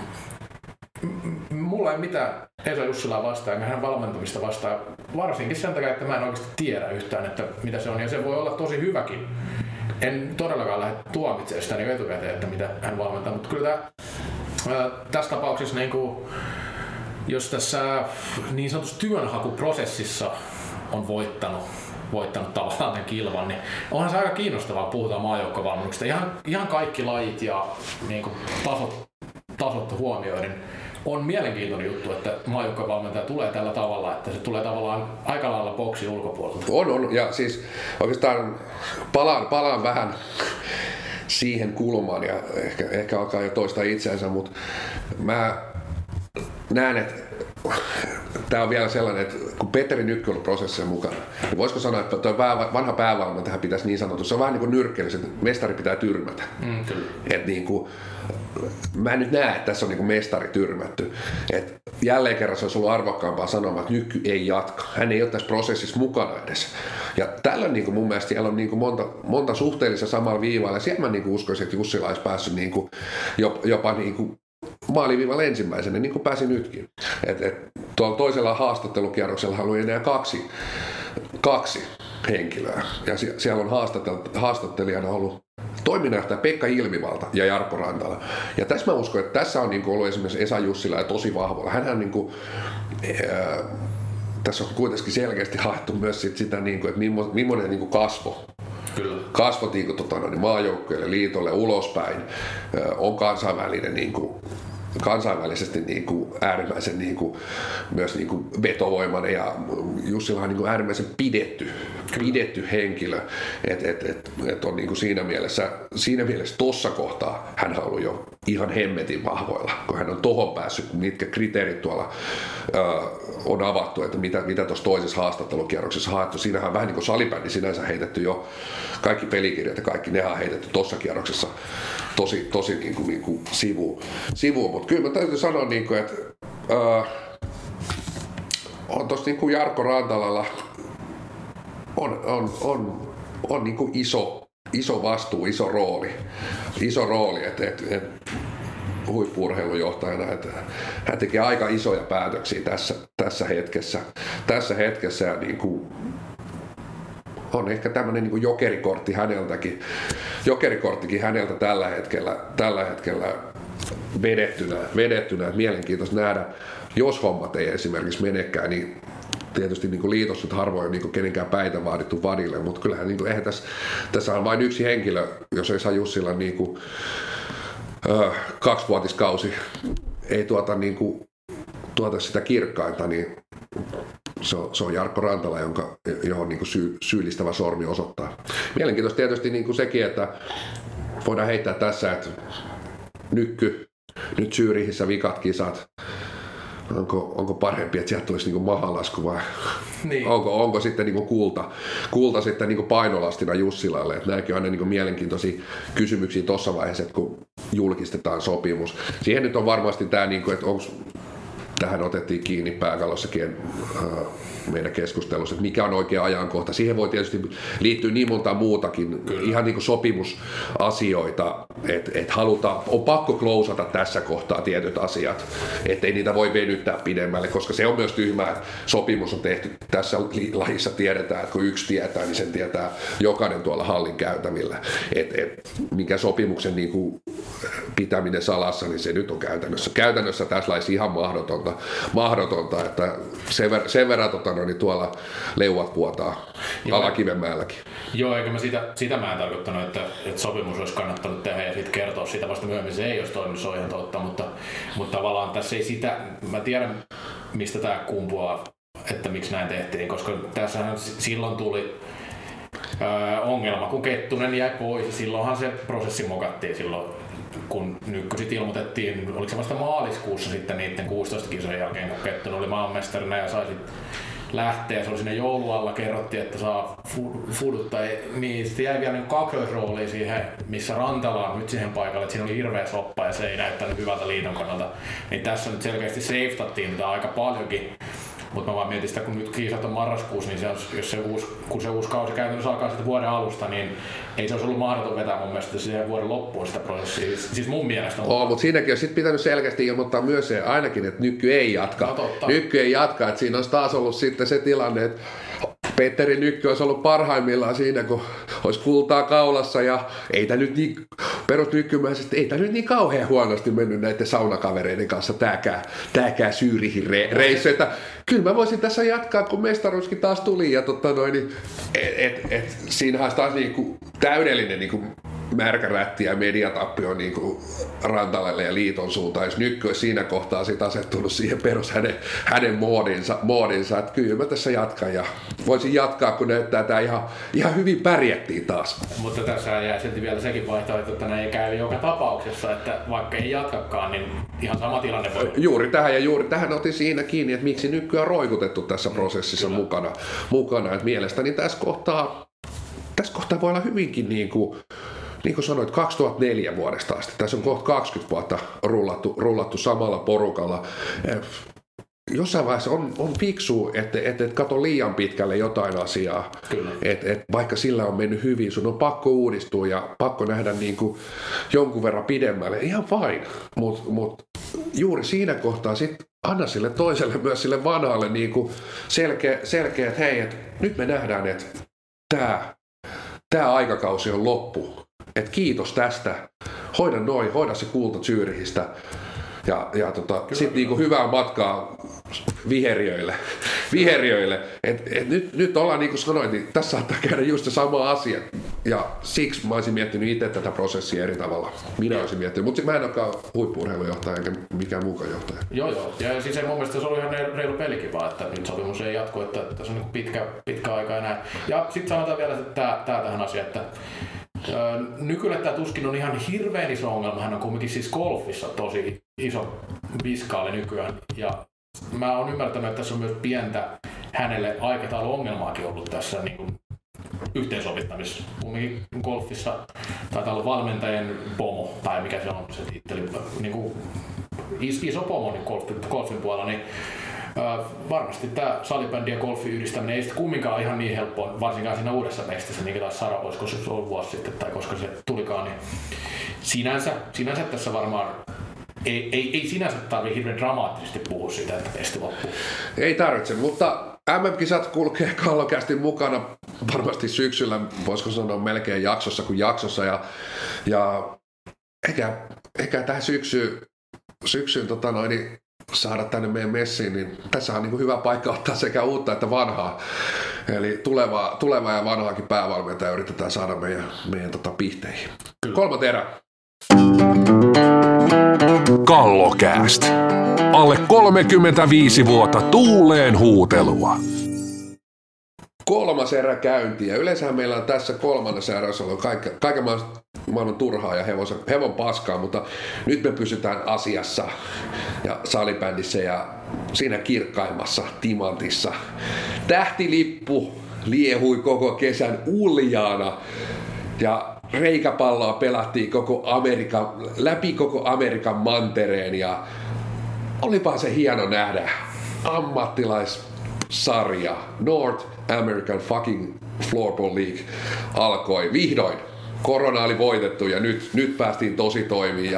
[SPEAKER 3] mulla ei mitään Esa Jussilaa vastaan, enkä hänen valmentamista vastaan, varsinkin sen takia, että mä en oikeasti tiedä yhtään, että mitä se on ja se voi olla tosi hyväkin. En todellakaan lähde tuomitsemaan sitä niin etukäteen, että mitä hän valmentaa, mutta kyllä tässä tapauksessa niin kuin, jos tässä niin sanotussa työnhakuprosessissa on voittanut tavallaan tämän kilvan, niin onhan se aika kiinnostavaa, puhutaan maajoukkovalmennuksesta. Ihan kaikki lajit ja niin kuin tasot huomioiden on mielenkiintoinen juttu, että maajoukkovalmentaja tulee tällä tavalla, että se tulee tavallaan aika lailla boksin ulkopuolelta.
[SPEAKER 2] On. Ja siis oikeastaan palaan vähän siihen kulmaan ja ehkä alkaa jo toistaa itseänsä, mutta mä näen, että tämä on vielä sellainen, että kun Petteri Nykky on ollut prosessissa mukana, niin voisiko sanoa, että tuo vanha päävalmentaja pitäisi niin sanotusti, se on vähän niin kuin nyrkkeilyssä, että mestari pitää tyrmätä. Että niin kuin, mä en nyt näe, että tässä on niin kuin mestari tyrmätty. Et jälleen kerran se olisi ollut arvokkaampaa sanomaan, että Nykky ei jatka. Hän ei ole tässä prosessissa mukana edes. Ja tällöin niin kuin mun mielestä siellä on niin kuin monta suhteellisen samalla viivalla. Ja siellä mä niin kuin uskoisin, että Jussila olisi päässyt niin kuin jopa niin kuin maaliviivalla ensimmäisenä, niin kuin pääsi nytkin. Tuolla toisella haastattelukierroksella oli enää kaksi henkilöä. Ja siellä on haastattelijana ollut toiminnanjohtaja Pekka Ilmivalta ja Jarkko Rantala. Ja tässä mä uskon, että tässä on niin kuin ollut esimerkiksi Esa Jussila ja tosi vahvalla. Hänhän niin kuin, tässä on kuitenkin selkeästi haettu myös sitä, niin kuin, että millainen niin kuin kasvo niin maajoukkueelle, liitolle ulospäin on kansainvälinen niin kuin, kansainvälisesti niin kuin äärimmäisen niin kuin, myös niin kuin vetovoimainen ja Jussila on niin kuin äärimmäisen pidetty henkilö, että on niin kuin siinä mielessä tossa kohtaa hän on ollut jo ihan hemmetin vahvoilla, kun hän on tohon päässyt, mitkä kriteerit tuolla on avattu, että mitä tuossa toisessa haastattelukierroksessa haettu. Siinähän on vähän niin kuin salibändi sinänsä heitetty jo, kaikki pelikirjat ja kaikki ne on heitetty tuossa kierroksessa tosi niin kuin sivuun. Mutta kyllä mä täytyy sanoa, niin kuin, että on tuossa niin kuin Jarkko Rantalalla on niin kuin iso vastuu, iso rooli että huippu-urheilujohtajana, että hän tekee aika isoja päätöksiä tässä hetkessä ja niin kuin on ehkä tämmöinen niin kuin jokerikorttikin häneltä tällä hetkellä vedettynä. Mielenkiintoista nähdä, jos hommat ei esimerkiksi menekään, niin tietysti niin kuin liitossa nyt harvoin niin kuin kenenkään päitä vaadittu vadille, mutta kyllähän niin kuin, eihän tässä on vain yksi henkilö, jos ei saa Jussilla niin kuin, 2-vuotiskausi ei tuota sitä kirkkainta, niin se on Jarkko Rantala, johon niin kuin syyllistävä sormi osoittaa. Mielenkiintoista tietysti niin kuin sekin, että voidaan heittää tässä, että Nykky, nyt Zyrihissä vikat kisat, onko parempi, että sieltä tulisi niinku mahalasku vai niin. onko sitten niinku kulta sitten niinku painolastina Jussilalle, että nämäkin on aina niinku mielenkiintoisia kysymyksiä tuossa vaiheessa, että kun julkistetaan sopimus. Siihen nyt on varmasti tämä, niinku, että onko tähän otettiin kiinni Pääkallossakin meidän keskustelussa, että mikä on oikea ajankohta. Siihen voi tietysti liittyä niin monta muutakin, kyllä, ihan niin kuin sopimusasioita, että on pakko klousata tässä kohtaa tietyt asiat, ettei niitä voi venyttää pidemmälle, koska se on myös tyhmää, että sopimus on tehty tässä lajissa, tiedetään, että kun yksi tietää, niin sen tietää jokainen tuolla hallin käytävillä. Mikä sopimuksen niin kuin pitäminen salassa, niin se nyt on käytännössä tässä laissa ihan mahdotonta, että sen verran niin tuolla leuat vuotaa Alakivenmäelläkin.
[SPEAKER 3] Joo, eikä mä sitä mä en tarkoittanut, että sopimus olisi kannattanut tehdä ja sitten kertoa sitä vasta myöhemmin, se ei olisi toiminut, se on ihan totta, mutta tavallaan tässä ei sitä, mä tiedän mistä tämä kumpuaa, että miksi näin tehtiin, koska tässähän silloin tuli ongelma, kun Kettunen jäi pois ja silloinhan se prosessi mokattiin silloin, kun Nykky sitten ilmoitettiin, oliko se vasta maaliskuussa sitten niiden 16 kisojen jälkeen, kun Kettunen oli maanmestarina ja sai sitten lähtee. Se oli siinä joulualla, kerrottiin, että saa fuduttaa. Niin sitten jäi vielä niin kaksoisrooliin siihen, missä Rantala on nyt siihen paikalle, että siinä oli hirveä soppa ja se ei näyttänyt hyvältä liiton kannalta. Niin tässä nyt selkeästi safetattiin tätä aika paljonkin. Mutta mä vaan mietin sitä, kun nyt kiisat on marraskuussa, niin kun se uusi kausi käytännössä alkaa sitten vuoden alusta, niin ei se olisi ollut mahdoton vetää mun mielestä siihen vuoden loppuun sitä prosessia. Siis mun mielestä.
[SPEAKER 2] Mutta siinäkin olisi sitten pitänyt selkeästi ilmoittaa myös se ainakin, että Nykky ei jatka.
[SPEAKER 3] No,
[SPEAKER 2] Nykky ei jatka, että siinä olisi taas ollut sitten se tilanne, että Petteri Nykky olisi ollut parhaimmillaan siinä, kun olisi kultaa kaulassa ja ei tämä nyt niin perusnykkymäisesti, ei tämä nyt niin kauhean huonosti mennyt näiden saunakavereiden kanssa tääkään Syyrihin reissu. Että kyllä mä voisin tässä jatkaa, kun mestaruuskin taas tuli ja siinähän olisi taas niinku täydellinen niinku märkärätti ja mediatappio niinku Rantalalle ja liiton suuntaan, jos Nykky olisi siinä kohtaa sit asettunut siihen perus hänen moodinsa, että kyllä mä tässä jatkan ja voisin jatkaa, kun näyttää tää ihan hyvin pärjättiin taas.
[SPEAKER 3] Mutta tässä jää silti vielä sekin vaihtoehto, että näin käy joka tapauksessa, että vaikka ei jatkakaan, niin ihan sama tilanne voi.
[SPEAKER 2] Juuri tähän otin siinä kiinni, että miksi Nykky on roikutettu tässä prosessissa mukana. Että mielestäni tässä kohtaa voi olla hyvinkin niin kuin sanoit, 2004 vuodesta asti. Tässä on kohta 20 vuotta rullattu samalla porukalla. Jossain vaiheessa on fiksu, että et kato liian pitkälle jotain asiaa. Et vaikka sillä on mennyt hyvin, sun on pakko uudistua ja pakko nähdä niin kuin jonkun verran pidemmälle. Ihan fine, mutta juuri siinä kohtaa sitten anna sille toiselle, myös sille vanhalle niin kuin selkeä, että hei, nyt me nähdään, että tämä aikakausi on loppu. Et kiitos tästä. Hoida se kulta Zürihistä. Ja sitten niinku hyvää matkaa viheriöille. Nyt ollaan, niin kuin sanoin, niin tässä saattaa käydä just se sama asia. Ja siksi mä olisin miettinyt itse tätä prosessia eri tavalla. Minä olisin miettinyt, mutta mä en olekaan huippu-urheilujohtaja enkä mikään muukaan johtaja.
[SPEAKER 3] Joo. Ja siis mun mielestä se oli ihan reilu pelikin vaan, että nyt sopimus ei jatku, että tässä on niin pitkä aika ja näin. Ja sitten sanotaan vielä tää tähän asiaan, että Nykylle tämä tuskin on ihan hirveän iso ongelma. Hän on kuitenkin siis golfissa tosi iso viskaali nykyään. Ja mä oon ymmärtänyt, että tässä on myös pientä hänelle aikatauluongelmaakin ollut tässä niin kuin yhteensovittamisessa. Kumminkin golfissa taitaa olla valmentajien pomo, tai mikä se on se titteli, niin kuin iso pomo niin golfin puolella. Niin varmasti tämä salibändi ja golfin yhdistäminen ei sitten kumminkaan ihan niin helppoa, varsinkaan siinä uudessa mestissä, niin kuin taas Sara, olisiko se ollut vuosi sitten tai koska se tulikaan, niin sinänsä tässä varmaan ei sinänsä tarvitse hirveän dramaattisesti puhua siitä, että testi loppuu.
[SPEAKER 2] Ei tarvitse, mutta MM-kisat kulkee Kallokästin mukana varmasti syksyllä, voisiko sanoa melkein jaksossa kuin jaksossa, ja ehkä tähän syksyyn saada tänne meidän messiin, niin tässä on niin kuin hyvä paikka ottaa sekä uutta että vanhaa. Eli tulevaa ja vanhaakin päävalmentaja yritetään saada meidän pihteihin. Kolmas erä.
[SPEAKER 1] Kallokääst. Alle 35 vuotta tuuleen huutelua.
[SPEAKER 2] Kolmas erä käynti, ja yleensähän meillä on tässä kolmannessa erässä ollut kaiken maailman turhaa ja hevon paskaa, mutta nyt me pysytään asiassa ja salibändissä ja siinä kirkkaimmassa timantissa. Tähtilippu liehui koko kesän uljaana ja reikäpalloa pelattiin läpi koko Amerikan mantereen ja olipa se hieno nähdä. Ammattilaissarja North American fucking Floorball League alkoi vihdoin. Korona oli voitettu ja nyt päästiin tosi toimiin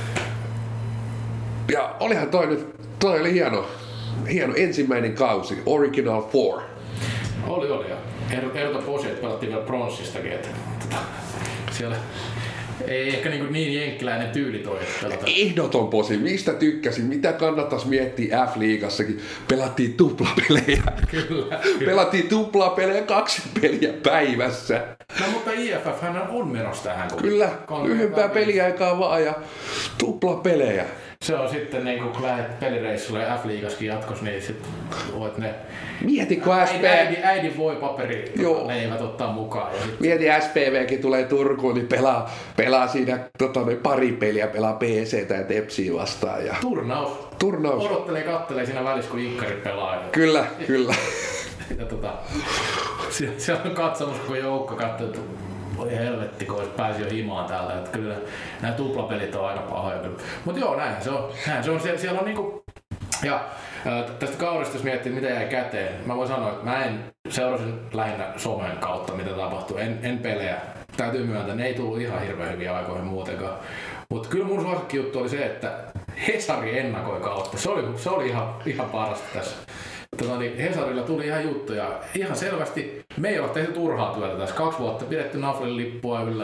[SPEAKER 2] ja olihan toi oli hieno ensimmäinen kausi, Original Four.
[SPEAKER 3] Oli ja ehdota posi, että pelattiin vielä pronssistakin, että siellä ei ehkä niin jenkkiläinen tyyli toi, että pelataan.
[SPEAKER 2] Ehdoton posi, mistä tykkäsin, mitä kannattaisi miettiä F-liigassakin, pelattiin tuplapelejä.
[SPEAKER 3] Kyllä.
[SPEAKER 2] Pelattiin tuplapelejä 2 peliä päivässä.
[SPEAKER 3] No mutta IFF hän on menossa tähän.
[SPEAKER 2] Kyllä, lyhyempää peliaikaa vaan ja tuplapelejä.
[SPEAKER 3] Se on sitten niin kun lähdet pelireissulle ja F-liigaskin jatkos, niin sit voit ne
[SPEAKER 2] Mietitkö
[SPEAKER 3] äidin voi paperi leivät ottaa mukaan. Ja
[SPEAKER 2] Mieti SPVkin tulee Turkuun, niin pelaa siinä pari peliä, pelaa PC:tä ja Tepsiä vastaan. Ja... Turnaus.
[SPEAKER 3] Kattelee siinä välissä, kun Inkkarit pelaa.
[SPEAKER 2] Kyllä.
[SPEAKER 3] Ja siellä on katsomus koko joukko katsoo, että voi helvetti, kun pääsi jo himaan täällä. Että kyllä nämä tuplapelit on aika pahoja. Mutta joo, näinhän se on. Siellä on niinku... Ja tästä kaudesta, jos miettii, mitä jäi käteen, mä voin sanoa, että mä seurasin lähinnä somen kautta, mitä tapahtuu. En pelejä. Täytyy myöntää, ne ei tullut ihan hirveän hyviä aikoihin muutenkaan. Mutta kyllä mun suosikki juttu oli se, että Hesari ennakoi kautta. Se oli ihan parasta tässä. Hesarilla tuli ihan juttuja. Ihan selvästi me ei ole tehty turhaa työtä tässä. 2 vuotta pidetty Naflin lippua yllä.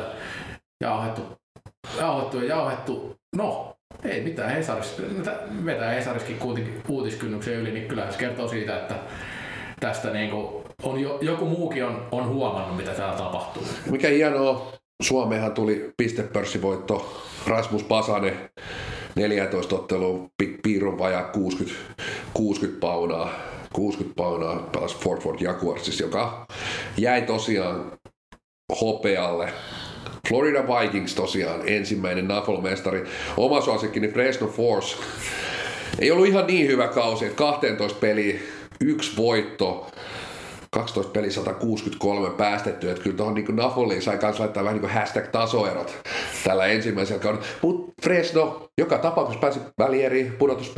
[SPEAKER 3] Jauhettu. No, ei mitään Hesarissa. Vetää Hesariskin kuitenkin uutiskynnyksen yli, niin kyllähän se kertoo siitä, että tästä niinku on joku muukin on huomannut, mitä täällä tapahtuu.
[SPEAKER 2] Mikä hienoa, Suomeenhan tuli pistepörssivoitto. Rasmus Pasanen 14 ottelua, piirron vajaa 60 paunaa. 60 paunaa pelasi Fort Jaguarsissa, joka jäi tosiaan hopealle. Florida Vikings tosiaan ensimmäinen NFL-mestari. Oma suosikkini Fresno Force. Ei ollut ihan niin hyvä kausi, että 12 peliä, 1 voitto, 12 peliä 163 päästetty. Että kyllä tuohon niin NAFLiin sai kans laittaa vähän niin kuin #tasoerot tällä ensimmäisellä kaudella. Mutta Fresno joka tapauksessa pääsi välieriin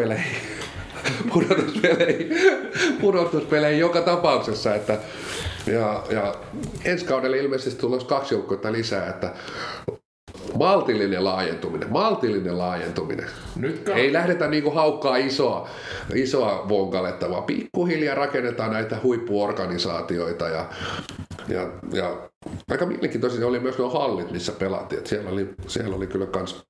[SPEAKER 2] pudotuspeleihin joka tapauksessa, että ja ensi kaudella ilmeisesti tulee 2 joukkuetta lisää, että maltillinen laajentuminen. Ei lähdetä niinku haukkaa isoa vonkaletta, vaan pikkuhiljaa rakennetaan näitä huippuorganisaatioita ja aika mielenkiintoisia oli myös nuo hallit, missä pelattiin, että siellä oli kyllä kans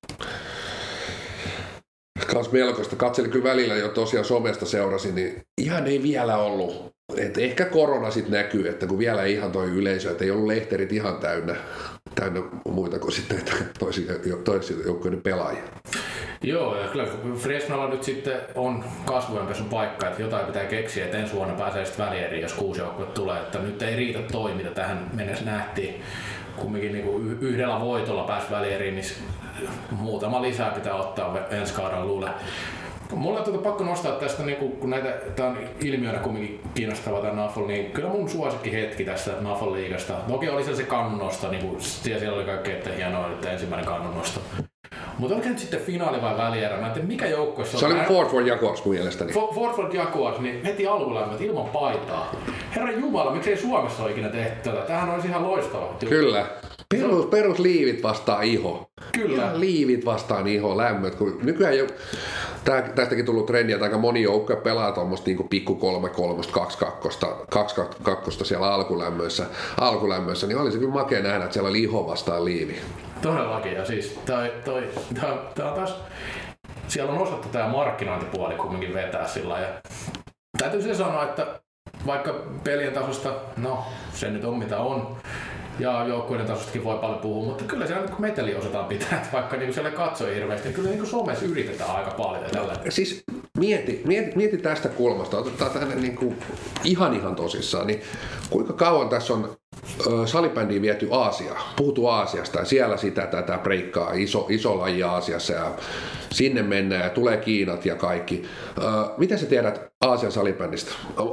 [SPEAKER 2] melkoista. Katselin kyllä välillä jo tosiaan somesta seurasin, niin ihan ei vielä ollut. Et ehkä korona sitten näkyy, että kun vielä ei ihan toi yleisö, että ei ollut lehterit ihan täynnä muita kuin sitten toisia joukkueiden pelaajia.
[SPEAKER 3] Joo, ja kyllä Fresnolla nyt sitten on kasvujenpesun paikka, että jotain pitää keksiä, että ensi vuonna pääsee sitten välieriin, jos 6 joukkuetta tulee, että nyt ei riitä toi, mitä tähän mennessä nähtiin. Kumminkin niin 1 voitolla pääsi välieriin, niin muutama lisää pitää ottaa ensi kaudella luulen. Mulla on pakko nostaa tästä, niin kun tämä on ilmiönä kumminkin kiinnostava tämä NAFL, niin kyllä mun suosikki hetki tästä NAFL-liigasta. Toki oli se kannunnosto, niin kun siellä oli kaikkea, että hienoa, että ensimmäinen kannunnosto. Mutta oliko nyt sitten finaali vai välierä? Mä ajattelin, mikä joukkue se on?
[SPEAKER 2] Se oli Fort Jaguars mielestäni.
[SPEAKER 3] Fort Jaguars, niin heti alkulämmöt ilman paitaa. Herran Jumala, miksei Suomessa ole ikinä tehty tätä? Tämähän olisi ihan loistava.
[SPEAKER 2] Kyllä. Perusliivit vastaan iho.
[SPEAKER 3] Kyllä.
[SPEAKER 2] Ja liivit vastaan iho, lämmöt. Kun nykyään tästäkin tullut trendi, että aika moni joukkue pelaa tuommoista niinku pikku 3-3, 2-2 siellä alkulämmöissä, niin oli se kyllä makea nähdä, että siellä oli iho vastaan liivi.
[SPEAKER 3] Todellakin, ja siis tää on taas, siellä on osattu tää markkinointipuoli kumminkin vetää sillä ja täytyy se sanoa, että vaikka pelien tasosta, no se nyt on mitä on, ja joukkueiden tasostakin voi paljon puhua, mutta kyllä siellä nyt kun meteli osataan pitää, että vaikka niin siellä katsoi hirveästi, niin kyllä niin somessa yritetään aika paljon tällä.
[SPEAKER 2] Siis mieti tästä kulmasta, otetaan tänne niin kuin ihan tosissaan, niin kuinka kauan tässä on salibändiä viety Aasiaan, puhuttu Aasiasta ja siellä sitä tätä breikkaa, iso laji Aasiassa ja sinne mennään ja tulee Kiinat ja kaikki. Miten sä tiedät Aasian salibändistä?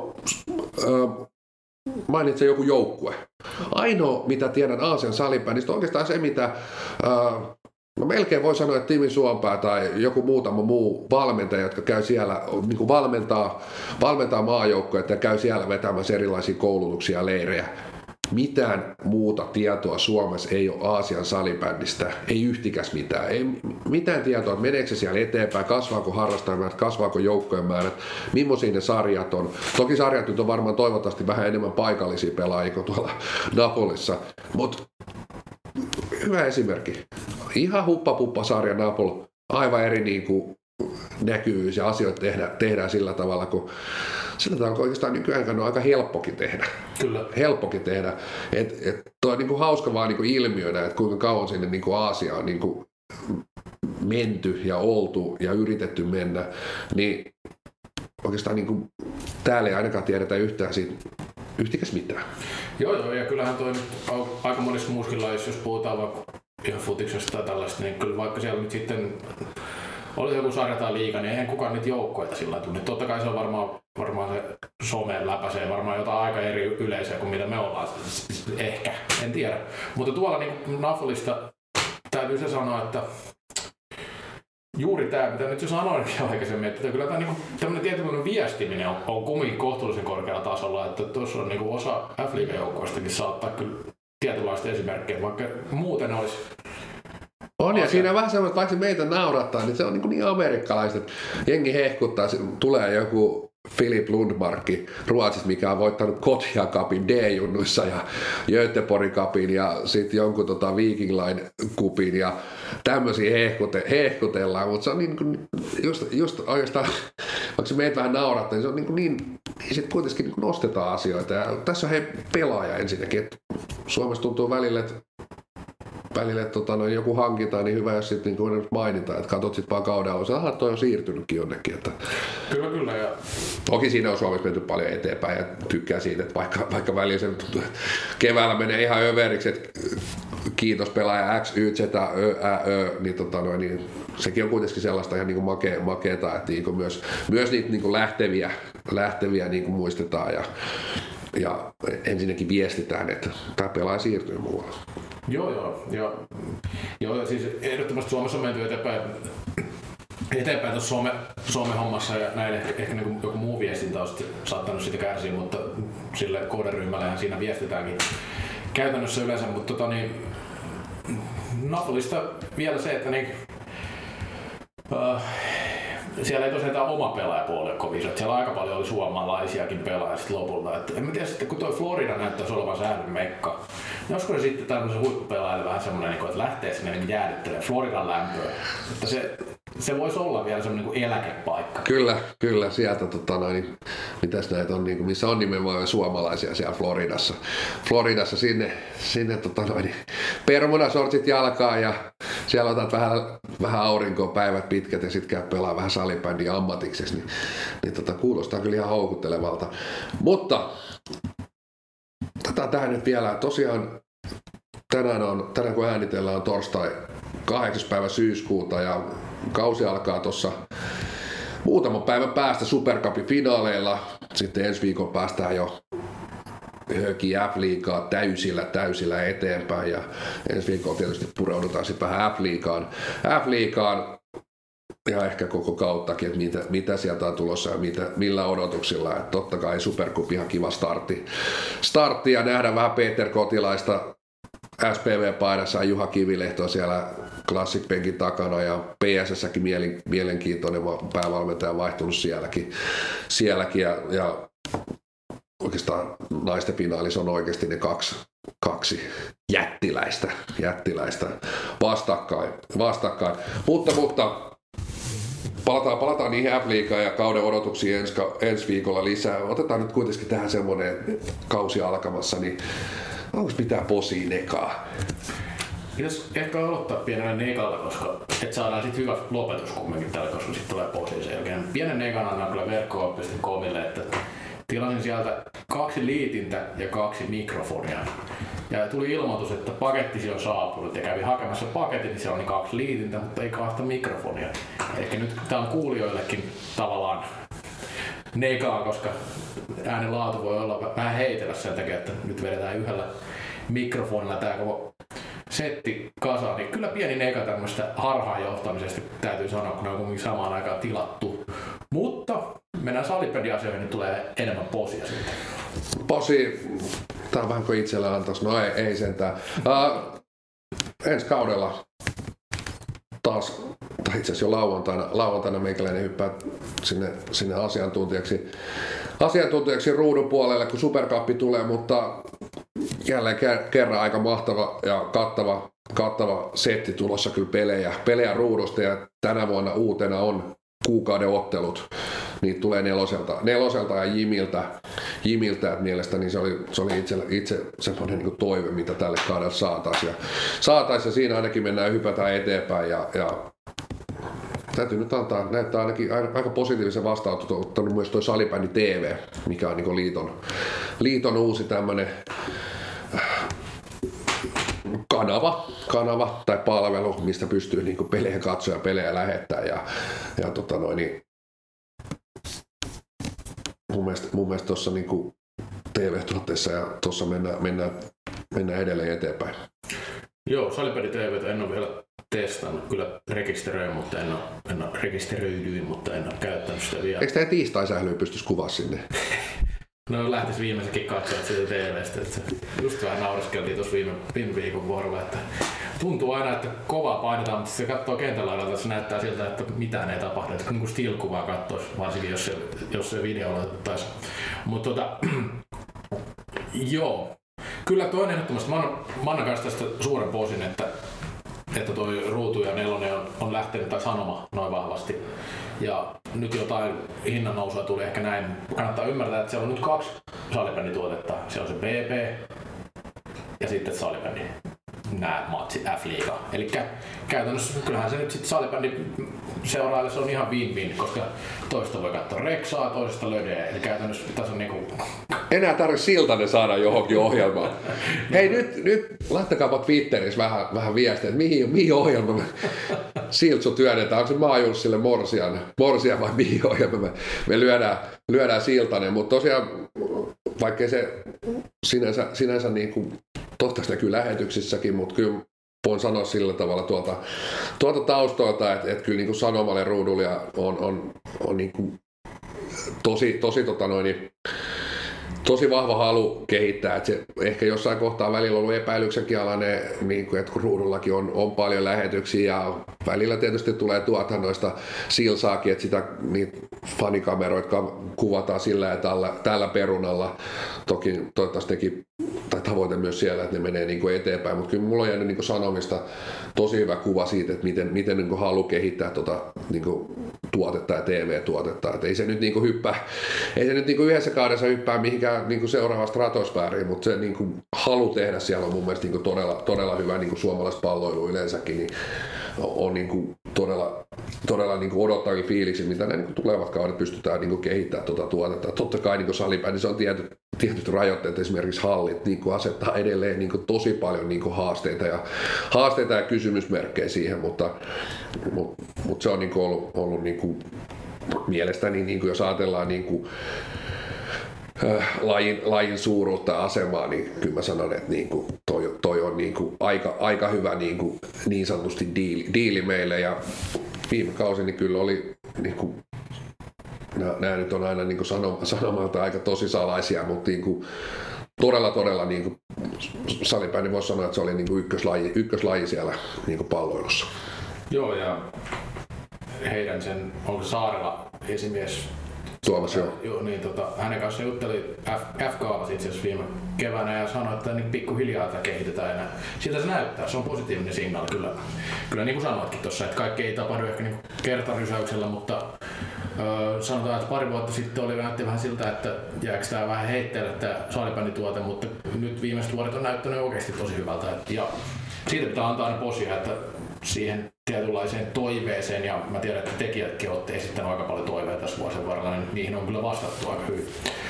[SPEAKER 2] Mainitse joku joukkue. Ainoa, mitä tiedän Aasian salibändistä, on oikeastaan se, mitä no melkein voi sanoa, että Timi Suompää tai joku muutama muu valmentaja, jotka käy siellä, niin kuin valmentaa maajoukkoja, että käy siellä vetämässä erilaisia koulutuksia ja leirejä. Mitään muuta tietoa Suomessa ei ole Aasian salibändistä, ei yhtikäs mitään. Ei mitään tietoa, että meneekö se siellä eteenpäin, kasvaako harrastajamäärät, kasvaako joukkojen määrät, millaisia ne sarjat on. Toki sarjat nyt on varmaan toivottavasti vähän enemmän paikallisia pelaajia kuin tuolla Napolissa, mutta hyvä esimerkki. Ihan huppa-puppa-sarja Napoli, aivan eri niin kuin näkyvyys ja asioita tehdään sillä tavalla, kun oikeastaan nykyään on aika helppokin tehdä.
[SPEAKER 3] Kyllä.
[SPEAKER 2] Helppokin tehdä. Toi on niinku hauska vaan niinku ilmiönä, että kuinka kauan sinne niinku Aasiaan niinku menty ja oltu ja yritetty mennä, niin oikeastaan niin kuin, täällä ei ainakaan tiedetä yhtään siitä yhtikäs mitään.
[SPEAKER 3] Joo, ja kyllähän toi nyt aika monissa muuskin lajissa, jos puhutaan vaikka ihan futiksesta tai tällaista, niin kyllä vaikka siellä nyt sitten oli joku sarja tai liiga, niin eihän kukaan niitä joukkoita sillä tunne. Totta kai se on varmaan se some läpäisee varmaan jotain aika eri yleisöä kuin mitä me ollaan. Ehkä, en tiedä. Mutta tuolla niin Nafolista täytyy se sanoa, että juuri tämä, mitä nyt jo sanoinkin aikaisemmin, että kyllä tämä niin tämmöinen tietynlainen viestiminen on kumminkin kohtuullisen korkealla tasolla, että tuossa on niin osa F-liiga-joukkoistakin saattaa kyllä tietynlaista esimerkkejä, vaikka muuten olisi.
[SPEAKER 2] On, ja siinä vähän semmoista, vaikka meitä naurattaa, niin se on niin amerikkalaista, että jengi hehkuttaa, tulee joku Filip Lundmarkki Ruotsista, mikä on voittanut Kotia Cupin D-junnuissa ja Göteborgin Cupin ja sitten jonkun Viking Line Cupin ja tämmöisiä hehkutellaan, mutta se on niin kuin, just oikeastaan, vaikka se meitä vähän naurattaa, niin se on niin sitten kuitenkin niin nostetaan asioita. Ja tässä on pelaaja ensinnäkin, että Suomessa tuntuu välillä, että joku hankitaan, niin hyvä, jos sitten niin mainitaan, että katsot sitten vaan kauden alussa, toi on siirtynytkin jonnekin. Että
[SPEAKER 3] Kyllä. Ja
[SPEAKER 2] toki siinä on Suomessa menty paljon eteenpäin ja tykkää siitä, että vaikka välillä se tuntuu, että keväällä menee ihan överiksi, että kiitos pelaaja X, Y, Z, Ö, Ä, Ö, niin, sekin on kuitenkin sellaista ihan niin makeeta, että niin myös niitä niin lähteviä niin muistetaan ja ensinnäkin viestitään, että tämä pelaaja siirtyy muualle.
[SPEAKER 3] Joo, siis ehdottomasti Suomessa on menty eteenpäin tuossa some-hommassa ja näin ehkä niin joku muu viestintä on saattanut siitä kärsiä, mutta sille kohderyhmällehän siinä viestitäänkin käytännössä yleensä, mutta Nafolista vielä se, että siellä ei tosiaan tämä oma pelaajapuoli ole kovin iso. Siellä aika paljon oli suomalaisiakin pelaajia sitten lopulta. En mä tiedä sitten, kun toi Florida näyttäisi olevan sählyn mekka, niin olisiko se sitten tämmöisen huippupelaajalle vähän semmoinen, että lähtee sinne jäädyttelemään Floridan lämpöä. Että se voisi olla vielä semmoinen eläkepaikka.
[SPEAKER 2] Kyllä sieltä, mitäs näitä on, missä on nimenomaan suomalaisia siellä Floridassa sinne permunasortsit jalkaan ja siellä otat vähän aurinkoa päivät pitkät ja sitten käy pelaa vähän salibändiä ammatikseksi, niin kuulostaa kyllä ihan houkuttelevalta. Mutta tähän nyt vielä, tosiaan tänään kun äänitellään on torstai 8. päivä syyskuuta ja kausi alkaa tuossa muutaman päivän päästä Super Cupin finaaleilla. Sitten ensi viikon päästään jo Höki F-liigaa täysillä eteenpäin ja ensi viikolla tietysti pureudutaan sitten vähän F-liigaan ja ehkä koko kauttakin, että mitä sieltä on tulossa ja millä odotuksilla. Että totta kai Super Cup ihan kiva startti ja nähdään vähän Peter Kotilaista SPV-paidassa, Juha Kivilehto on siellä Classic-penkin takana ja PSS-säkin mielenkiintoinen päävalmentaja on vaihtunut sielläkin ja oikeastaan naisten finaalissa on oikeasti ne kaksi jättiläistä vastakkain. Mutta palataan niihin F-liigaan ja kauden odotuksiin ensi viikolla lisää. Otetaan nyt kuitenkin tähän semmoinen kausi alkamassa, niin onko mitään posia nekaa?
[SPEAKER 3] Jos ehkä aloittaa pienellä negalla, koska et saadaan sitten hyvä lopetus kumminkin tällä, koska sitten tulee posia sen jälkeen. Pienen negan annan kyllä verkko-oppisti.comille, että tilasin sieltä 2 liitintä ja 2 mikrofonia. Ja tuli ilmoitus, että pakettisi on saapunut ja kävi hakemassa paketin, niin siellä oli 2 liitintä, mutta ei 2 mikrofonia. Ehkä nyt tämä on kuulijoillekin tavallaan negaa, koska äänen laatu voi olla vähän heitellä sen takia, että nyt vedetään yhdellä mikrofonilla tämä koko setti kasaan, niin kyllä pieni nega tämmöistä harhaanjohtamisesta täytyy sanoa, kun ne on kuitenkin samaan aikaan tilattu. Mutta mennään salibändiasioihin, niin tulee enemmän posia sitten.
[SPEAKER 2] Posi, tää on vähän kuin itsellä antaisi, no ei sentään. Ensi kaudella taas, tai itse asiassa jo lauantaina meikäläinen hyppää sinne asiantuntijaksi ruudun puolelle, kun Super Cup tulee, mutta jälleen kerran aika mahtava ja kattava setti tulossa kyllä pelejä ruudusta ja tänä vuonna uutena on kuukauden ottelut. Niitä tulee neloselta ja Jimiltä, että mielestäni se oli itse semmoinen niin toive, mitä tälle kaudelle saataisiin. Ja siinä ainakin mennään hypätään eteenpäin ja täytyy nyt näyttää ainakin aika positiivisen vastaanottanut myös toi Salibändi TV, mikä on niin liiton uusi tämmönen kanava tai palvelu, mistä pystyy niin pelejä katsoa ja pelejä lähettää. Mun mielestä tuossa niin TV-tuotteessa ja tuossa mennään edelleen eteenpäin.
[SPEAKER 3] Joo, Salibändi TV:tä en ole vielä testannut. Kyllä rekisteröidyin, mutta en ole käyttänyt sitä vielä.
[SPEAKER 2] Eikö tämä tiistai-sählyä pystyisi kuvaa sinne?
[SPEAKER 3] No lähtis viimeisenkin katsojat siitä TV:stä. Että just vähän naureskeltiin tuossa viime viikon vuorolla, että tuntuu aina, että kovaa painetaan, mutta se katsoo kentän laidalta, se näyttää siltä, että mitään ei tapahdu. Että niin kuin still-kuvaa katsoisi, varsinkin jos se video laitettaisiin. Mutta joo. Kyllä toinen ehdottomasti. Mä annan kanssa tästä suuren posin, että toi Ruutu ja Nelonen on lähtenyt tai sanoma noin vahvasti. Ja nyt jotain hinnan nousua tuli ehkä näin. Kannattaa ymmärtää, että siellä on nyt 2 salibändituotetta. Siellä on se BP ja sitten salibändi. Nämä matsit F-liiga. Eli käytännössä kyllähän se nyt sitten salibändi seuraajalle se on ihan win-win, koska toista voi katsoa Reksaa, toisesta Lödeä. Eli käytännössä tässä on niinku...
[SPEAKER 2] Enää tarvitse Siltanen saada johonkin ohjelmaan. Hei nyt laittakaapa Twitterissä vähän viestiä, että mihin ohjelma Siltsu työnnetään. Onko se Maajulssille Morsian vai mihin ohjelma me lyödään Siltanen. Mutta tosiaan, vaikkei se sinänsä niin kuin toivottavasti näkyy lähetyksissäkin, mutta kyllä voin sanoa sillä tavalla tuolta taustoilta, että kyllä niin kuin Sanomalle ruudulla on niin kuin tosi vahva halu kehittää, että se ehkä jossain kohtaa välillä on ollut epäilyksenkin alainen, niin kuin, että kun ruudullakin on paljon lähetyksiä ja välillä tietysti tulee tuotannoista silsaakin, että niitä fanikameroita kuvataan sillä ja tällä perunalla. Toki toivottavasti tai tavoite myös siellä, että ne menee niin kuin eteenpäin, mutta kyllä mulla on jäänyt niin kuin Sanomista tosi hyvä kuva siitä, että miten niin kuin halu kehittää niin kuin tuotetta ja TV-tuotetta. Että ei se nyt niin kuin yhdessä kaudessa hyppää mihinkään niin kuin seuraavaan stratosfääriin, mutta se niin kuin halu tehdä siellä on mun mielestä niin kuin todella hyvä niin kuin suomalaista palloilua yleensäkin, niin on niin kuin todella niin kuin odottaakin fiiliksi, mitä ne niin kuin tulevat kaudet pystytään niin kuin kehittämään tuotetta. Totta kai niin kuin salibändi, se on tietyt rajoitteet, esimerkiksi hallit niin kuin asettaa edelleen niin kuin tosi paljon niin kuin haasteita ja kysymysmerkkejä siihen, mutta se on niin kuin ollut niin kuin mielestäni, niin kuin jos ajatellaan niin kuin lajin suuruutta ja asemaa, niin kyllä mä sanon, että niin kuin toi on niin kuin aika hyvä niin sanotusti diili meille, ja viime kausi niin kyllä oli niin kuin, nämä nyt on aina niin kuin sanomalta aika tosi salaisia, mutta niin kuin todella niin kuin salibändi voisi sanoa, että se oli niin kuin ykköslaji siellä niin kuin palloilussa.
[SPEAKER 3] Joo, ja heidän sen, onko Saarela esimies
[SPEAKER 2] Tuomas,
[SPEAKER 3] joo, niin hänen kanssa jutteli F-kaalassa itse asiassa viime keväänä ja sanoi, että niin pikkuhiljaa tätä kehitetään enää. Siltä se näyttää, se on positiivinen signaali kyllä niin kuin sanoitkin tuossa, että kaikki ei tapahdu ehkä niin kertarysäyksellä, mutta sanotaan, että pari vuotta sitten näytti vähän siltä, että jääkö tämä vähän heitteelle tämä salibändituote, mutta nyt viimeiset vuodet on näyttänyt oikeasti tosi hyvältä. Ja siitä pitää antaa aina posia, että siihen tietynlaiseen toiveeseen, ja mä tiedän, että tekijätkin olette esittäneet aika paljon toiveita tässä vuosien varrella, niin niihin on kyllä vastattu aika hyvin.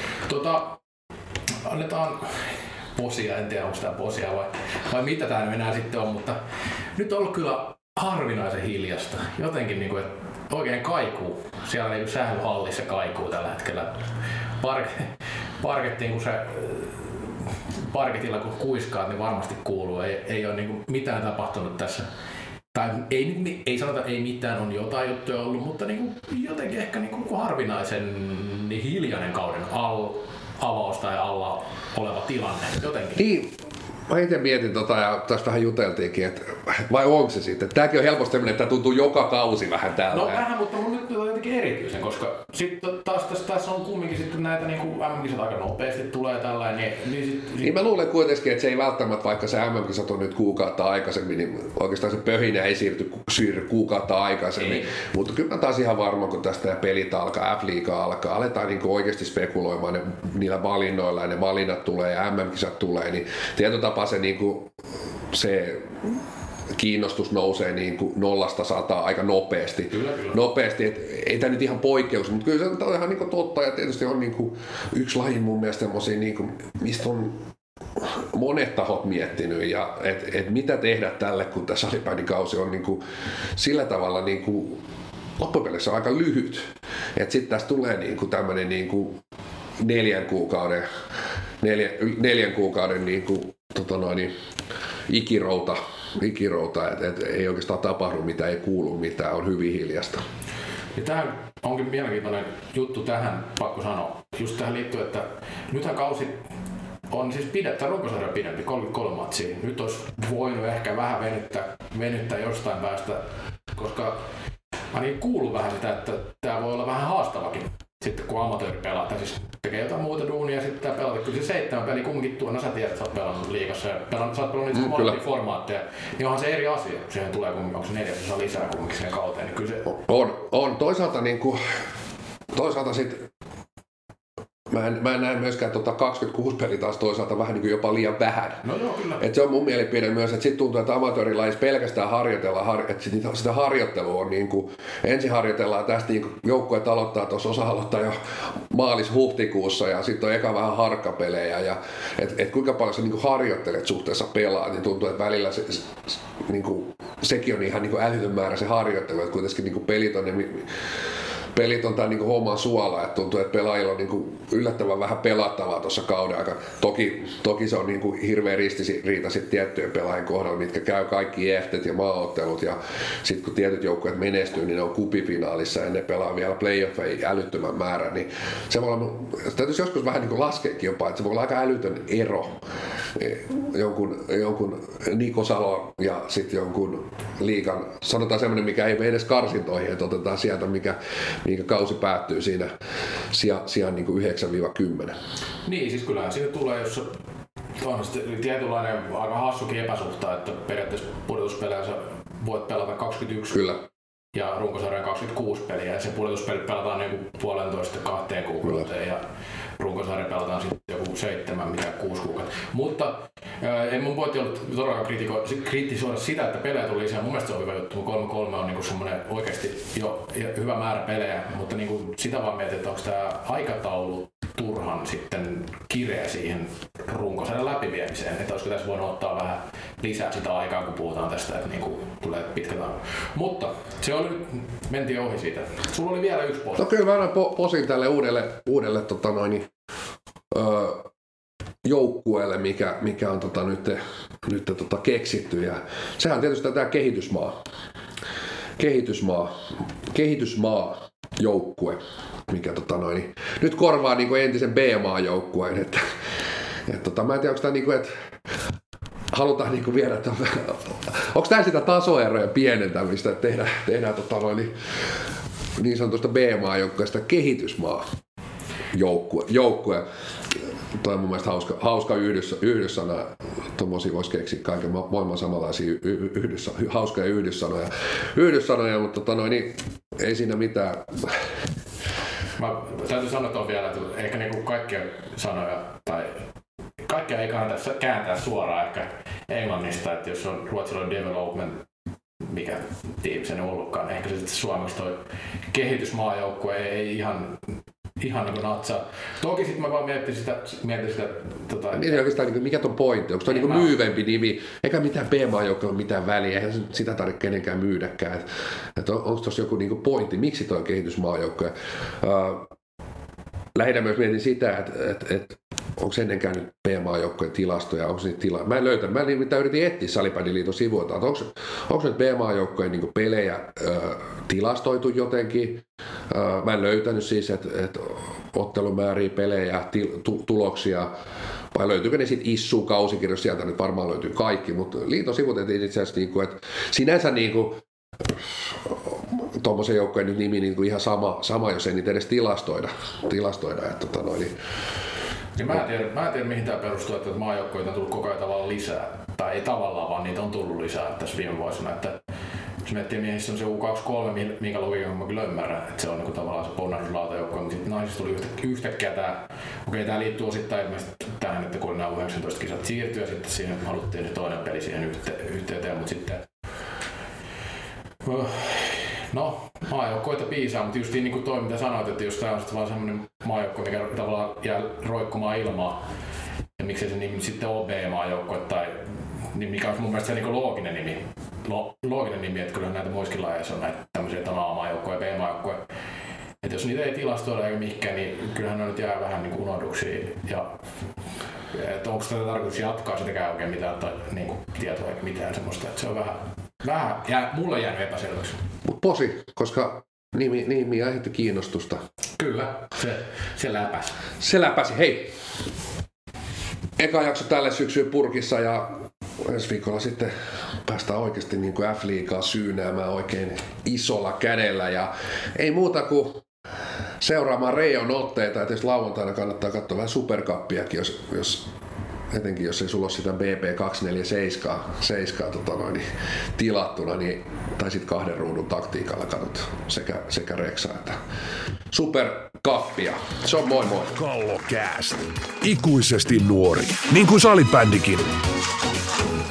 [SPEAKER 3] Annetaan posia, en tiedä onko tämä posia vai mitä tämä enää sitten on, mutta nyt on ollut kyllä harvinaisen hiljasta. Jotenkin niin kuin, että oikein kaikuu. Siellä niin sählyhallissa kaikuu tällä hetkellä. Parkettiin, kun se parketilla kun kuiskaat, niin varmasti kuuluu. Ei ole niin kuin mitään tapahtunut tässä. Tai ei sanota ei mitään, on jotain juttuja ollut, mutta niin kuin jotenkin ehkä niin kuin harvinaisen hiljainen kauden avaus tai alla oleva tilanne jotenkin.
[SPEAKER 2] Niin, mä itse mietin ja tästä vähän juteltiinkin, että vai onko se sitten? Tämäkin on helposti sellainen, että tämä tuntuu joka kausi vähän täällä.
[SPEAKER 3] No vähän, mutta mun nyt jotenkin jotenkin erityisen, koska sitten taas tässä on kumminkin sitten näitä niin MM-kisat aika nopeasti tulee tällainen.
[SPEAKER 2] Niin mä luulen kuitenkin, että se ei välttämättä, vaikka se MM-kisat on nyt kuukautta aikaisemmin, niin oikeastaan se pöhinä ei siirry kuukautta aikaisemmin. Mutta kyllä mä taas ihan varma, kun tästä nämä pelit alkaa, F-liiga alkaa, aletaan niin oikeasti spekuloimaan niillä valinnoilla ja ne valinnat tulee ja MM-kisat tulee, niin tietyllä tapaa se, niin kuin, se kiinnostus nousee niin kuin 0–100 aika nopeasti.
[SPEAKER 3] Kyllä.
[SPEAKER 2] Nopeasti, et ei tämä nyt ihan poikkeus, mutta kyllä se on ihan niin kuin totta ja tietysti on niin kuin yksi laji mun mielestä semmosia, niin kuin, mistä on monet tahot miettinyt ja et mitä tehdä tälle, kun tämä salibändikausi on niin kuin sillä tavalla niin kuin loppupeleissä aika lyhyt. Sitten tässä tulee niin kuin tämmöinen niin kuin 4 kuukauden niin kuin, ikirouta, että ei oikeastaan tapahdu mitään, ei kuulu mitään, on hyvin hiljasta.
[SPEAKER 3] Ja tähän onkin mielenkiintoinen juttu tähän, pakko sanoa, just tähän liittyen, että nythän kausi on siis runkosarja pidempi, 33 matsia. Nyt olisi voinut ehkä vähän venyttää jostain päästä, koska ainakin kuuluu vähän sitä, että tämä voi olla vähän haastavakin. Sitten kun amatööri pelaa, tai siis tekee jotain muuta duunia ja sitten pelata. Kyllä se 7 peli kumminkin tuo, no sä tiedät, että sä oot pelannut liigassa ja sä oot pelannut niitä molempia formaatteja, niin onhan se eri asia. Siihen tulee kumminkin, onko se 4 osa lisää kumminkin siihen kauteen, niin kyllä se
[SPEAKER 2] on. Toisaalta sitten mä en näe myöskään 26 peli taas toisaalta vähän niin kuin jopa liian vähän.
[SPEAKER 3] No joo, kyllä.
[SPEAKER 2] Et se on mun mielipide myös, että sitten tuntuu, että amatöörilajissa pelkästään harjoitella, että sitä harjoittelua on niin kuin, ensin harjoitellaan tästä niin joukkueet aloittaa tuossa, osa aloittaa jo maalis-huhtikuussa ja sitten on eka vähän harkkapelejä ja et kuinka paljon sä niin kuin harjoittelet suhteessa pelaa, niin tuntuu, että välillä niin kuin, sekin on ihan niin kuin älytön määrä se harjoittelu, että kuitenkin niin kuin pelit on tämän niin homman suola, että tuntuu, että pelaajilla on niin yllättävän vähän pelattavaa tuossa kauden aikana. Toki se on niin hirveä ristiriita sitten tiettyjen pelaajien kohdalla, mitkä käy kaikki EFT:t ja maaottelut ja sitten kun tietyt joukkueet menestyy, niin ne on kupifinaalissa ja ne pelaa vielä playoffeja älyttömän määrän, niin se voi olla, täytyisi joskus vähän niin laskeekin jopa, että se voi olla aika älytön ero jonkun Niko Salon ja sitten jonkun liigan, sanotaan semmoinen, mikä ei mene edes karsintoihin, että otetaan sieltä, minkä kausi päättyy siinä sijaan niin kuin 9–10.
[SPEAKER 3] Niin, siis kyllähän siinä tulee, jos on tietynlainen aika hassukin epäsuhta, että periaatteessa pudotuspeleissä voit pelata 21
[SPEAKER 2] Kyllä.
[SPEAKER 3] ja runkosarjan 26 peliä ja se pudotuspelit pelataan niin 1,5–2 kuukauteen ja runkosarja pelataan sitten joku 6 kuukautta. Mutta ei mun pointti ollut todellakaan kritisoida sitä, että pelejä tuli lisää. Mun mielestä se on hyvä juttu. 3-3 on niinku semmoinen oikeasti jo hyvä määrä pelejä, mutta niinku sitä vaan mietin, että onko tämä aikataulu turhan sitten kireä siihen runkosarjan läpiviemiseen. Että olisiko tässä voinut ottaa vähän lisää sitä aikaa, kun puhutaan tästä, että niinku tulee pitkä tauko. Mutta se oli, mentiin ohi siitä. Sulla oli vielä yksi posi.
[SPEAKER 2] No kyllä mä annan posin tälle uudelle joukkueelle, mikä on nyt keksitty. Ja sehän on tietysti tämä kehitysmaa joukkue, mikä nyt korvaa niin kuin entisen B-maa-joukkueen. Että mä en tiedä, onko tämä niin kuin, että halutaan niin kuin viedä, onko tämä sitä tasoerojen pienentämistä, että tehdään niin sanotusta B-maa-joukkueesta kehitysmaa joukkue. Toi on mun mielestä hauska yhdyssana. Tommosia voisi keksiä kaiken maailman samanlaisia hauskoja yhdyssanoja, mutta niin, ei siinä mitään.
[SPEAKER 3] Mä täytyy sanoa vielä, että ehkä niinku kaikkia sanoja tai kaikkea ei kannata kääntää suoraan ehkä englannista, että jos on ruotsilla development, mikä tiimi sen ollutkaan, ehkä se sitten suomeksi toi kehitysmaajoukkue ei ihan niin natsaa. Toki sitten mä vaan mietin sitä
[SPEAKER 2] Mietin oikeastaan, mikä ton pointti? Onko toi niin myyvempi nimi? Eikä mitään B-maajoukkoa ole mitään väliä, eihän sitä tarvitse kenenkään myydäkään. Onko tuossa joku niin ppointti? Miksi toi kehitysmaajoukkoja? Lähinnä myös mietin sitä, että onko ennen käynyt B-maajoukkojen tilastoja, onko niitä Mä en löytänyt. Mä nimittäin yritin etsiä Salibändiliiton sivuilta, että onko nyt B-maajoukkojen niin pelejä tilastoitu jotenkin. Mä en löytänyt siis, että ottelumääriä, pelejä, tuloksia, vai löytyykö ne sitten Issuun kausikirjoissa, sieltä nyt varmaan löytyy kaikki, mutta liiton sivut itse asiassa, että sinänsä tuommoisen joukkojen nyt nimi niin kuin ihan sama, jos ei niitä edes tilastoida.
[SPEAKER 3] Niin mä en tiedä mihin tämä perustuu, että maajoukkoita on tullut koko ajan tavallaan lisää. Tai ei tavallaan, vaan niitä on tullut lisää tässä viime vuosina. Että jos miettii miehissä on se U23, minkä logiikan mä kyllä ymmärrän, että se on niin tavallaan se ponnahduslautajoukkoja, mutta sitten naisissa tuli yhtäkkiä tämä, tää liittyy osittain ilmeisesti tähän, että kun nämä U19-kisat siirtyy ja sitten siihen haluttiin se toinen peli siihen yhteyteen, mutta sitten no, maajoukkoita piisaa, mutta just niin kuin toi mitä sanoit, että jos tää on sitten vaan semmoinen maajoukko, mikä tavallaan jää roikkumaan ilmaa, ja miksei se nimi sitten ole B-maajoukko, tai niin mikä on mun mielestä se niin looginen nimi. Looginen nimi, että kyllä näitä muissakin lajeissa on näitä tämmöisiä A-maajoukkoja ja B-maajoukkoja. Että jos niitä ei tilastoida eikä mihinkään, niin kyllähän ne nyt jää vähän niin kuin unohduksiin. Ja että onko tätä tarkoitus jatkaa, sitäkään oikein mitään tai niin kuin tietoa eikä mitään semmoista. Että se on vähän mulle jäänyt epäselväksi.
[SPEAKER 2] Mut posi, koska nimi aiheutti kiinnostusta.
[SPEAKER 3] Kyllä, se läpäsi.
[SPEAKER 2] Se läpäsi. Hei! Eka jakso tälle syksyyn purkissa ja ensi viikolla sitten päästään oikeasti niin kuin F-liigaa syynäämään oikein isolla kädellä. Ja ei muuta kuin seuraamaan Reijon otteita. Ja tietysti lauantaina kannattaa katsoa vähän supercuppiakin, etenkin jos ei sulla ole sitä BP247 niin tilattuna, niin, tai sitten 2 ruudun taktiikalla katsot sekä Reksaa että superkappia. Se on moi moi.
[SPEAKER 1] Kallokääst. Ikuisesti nuori. Niin kuin salibändikin.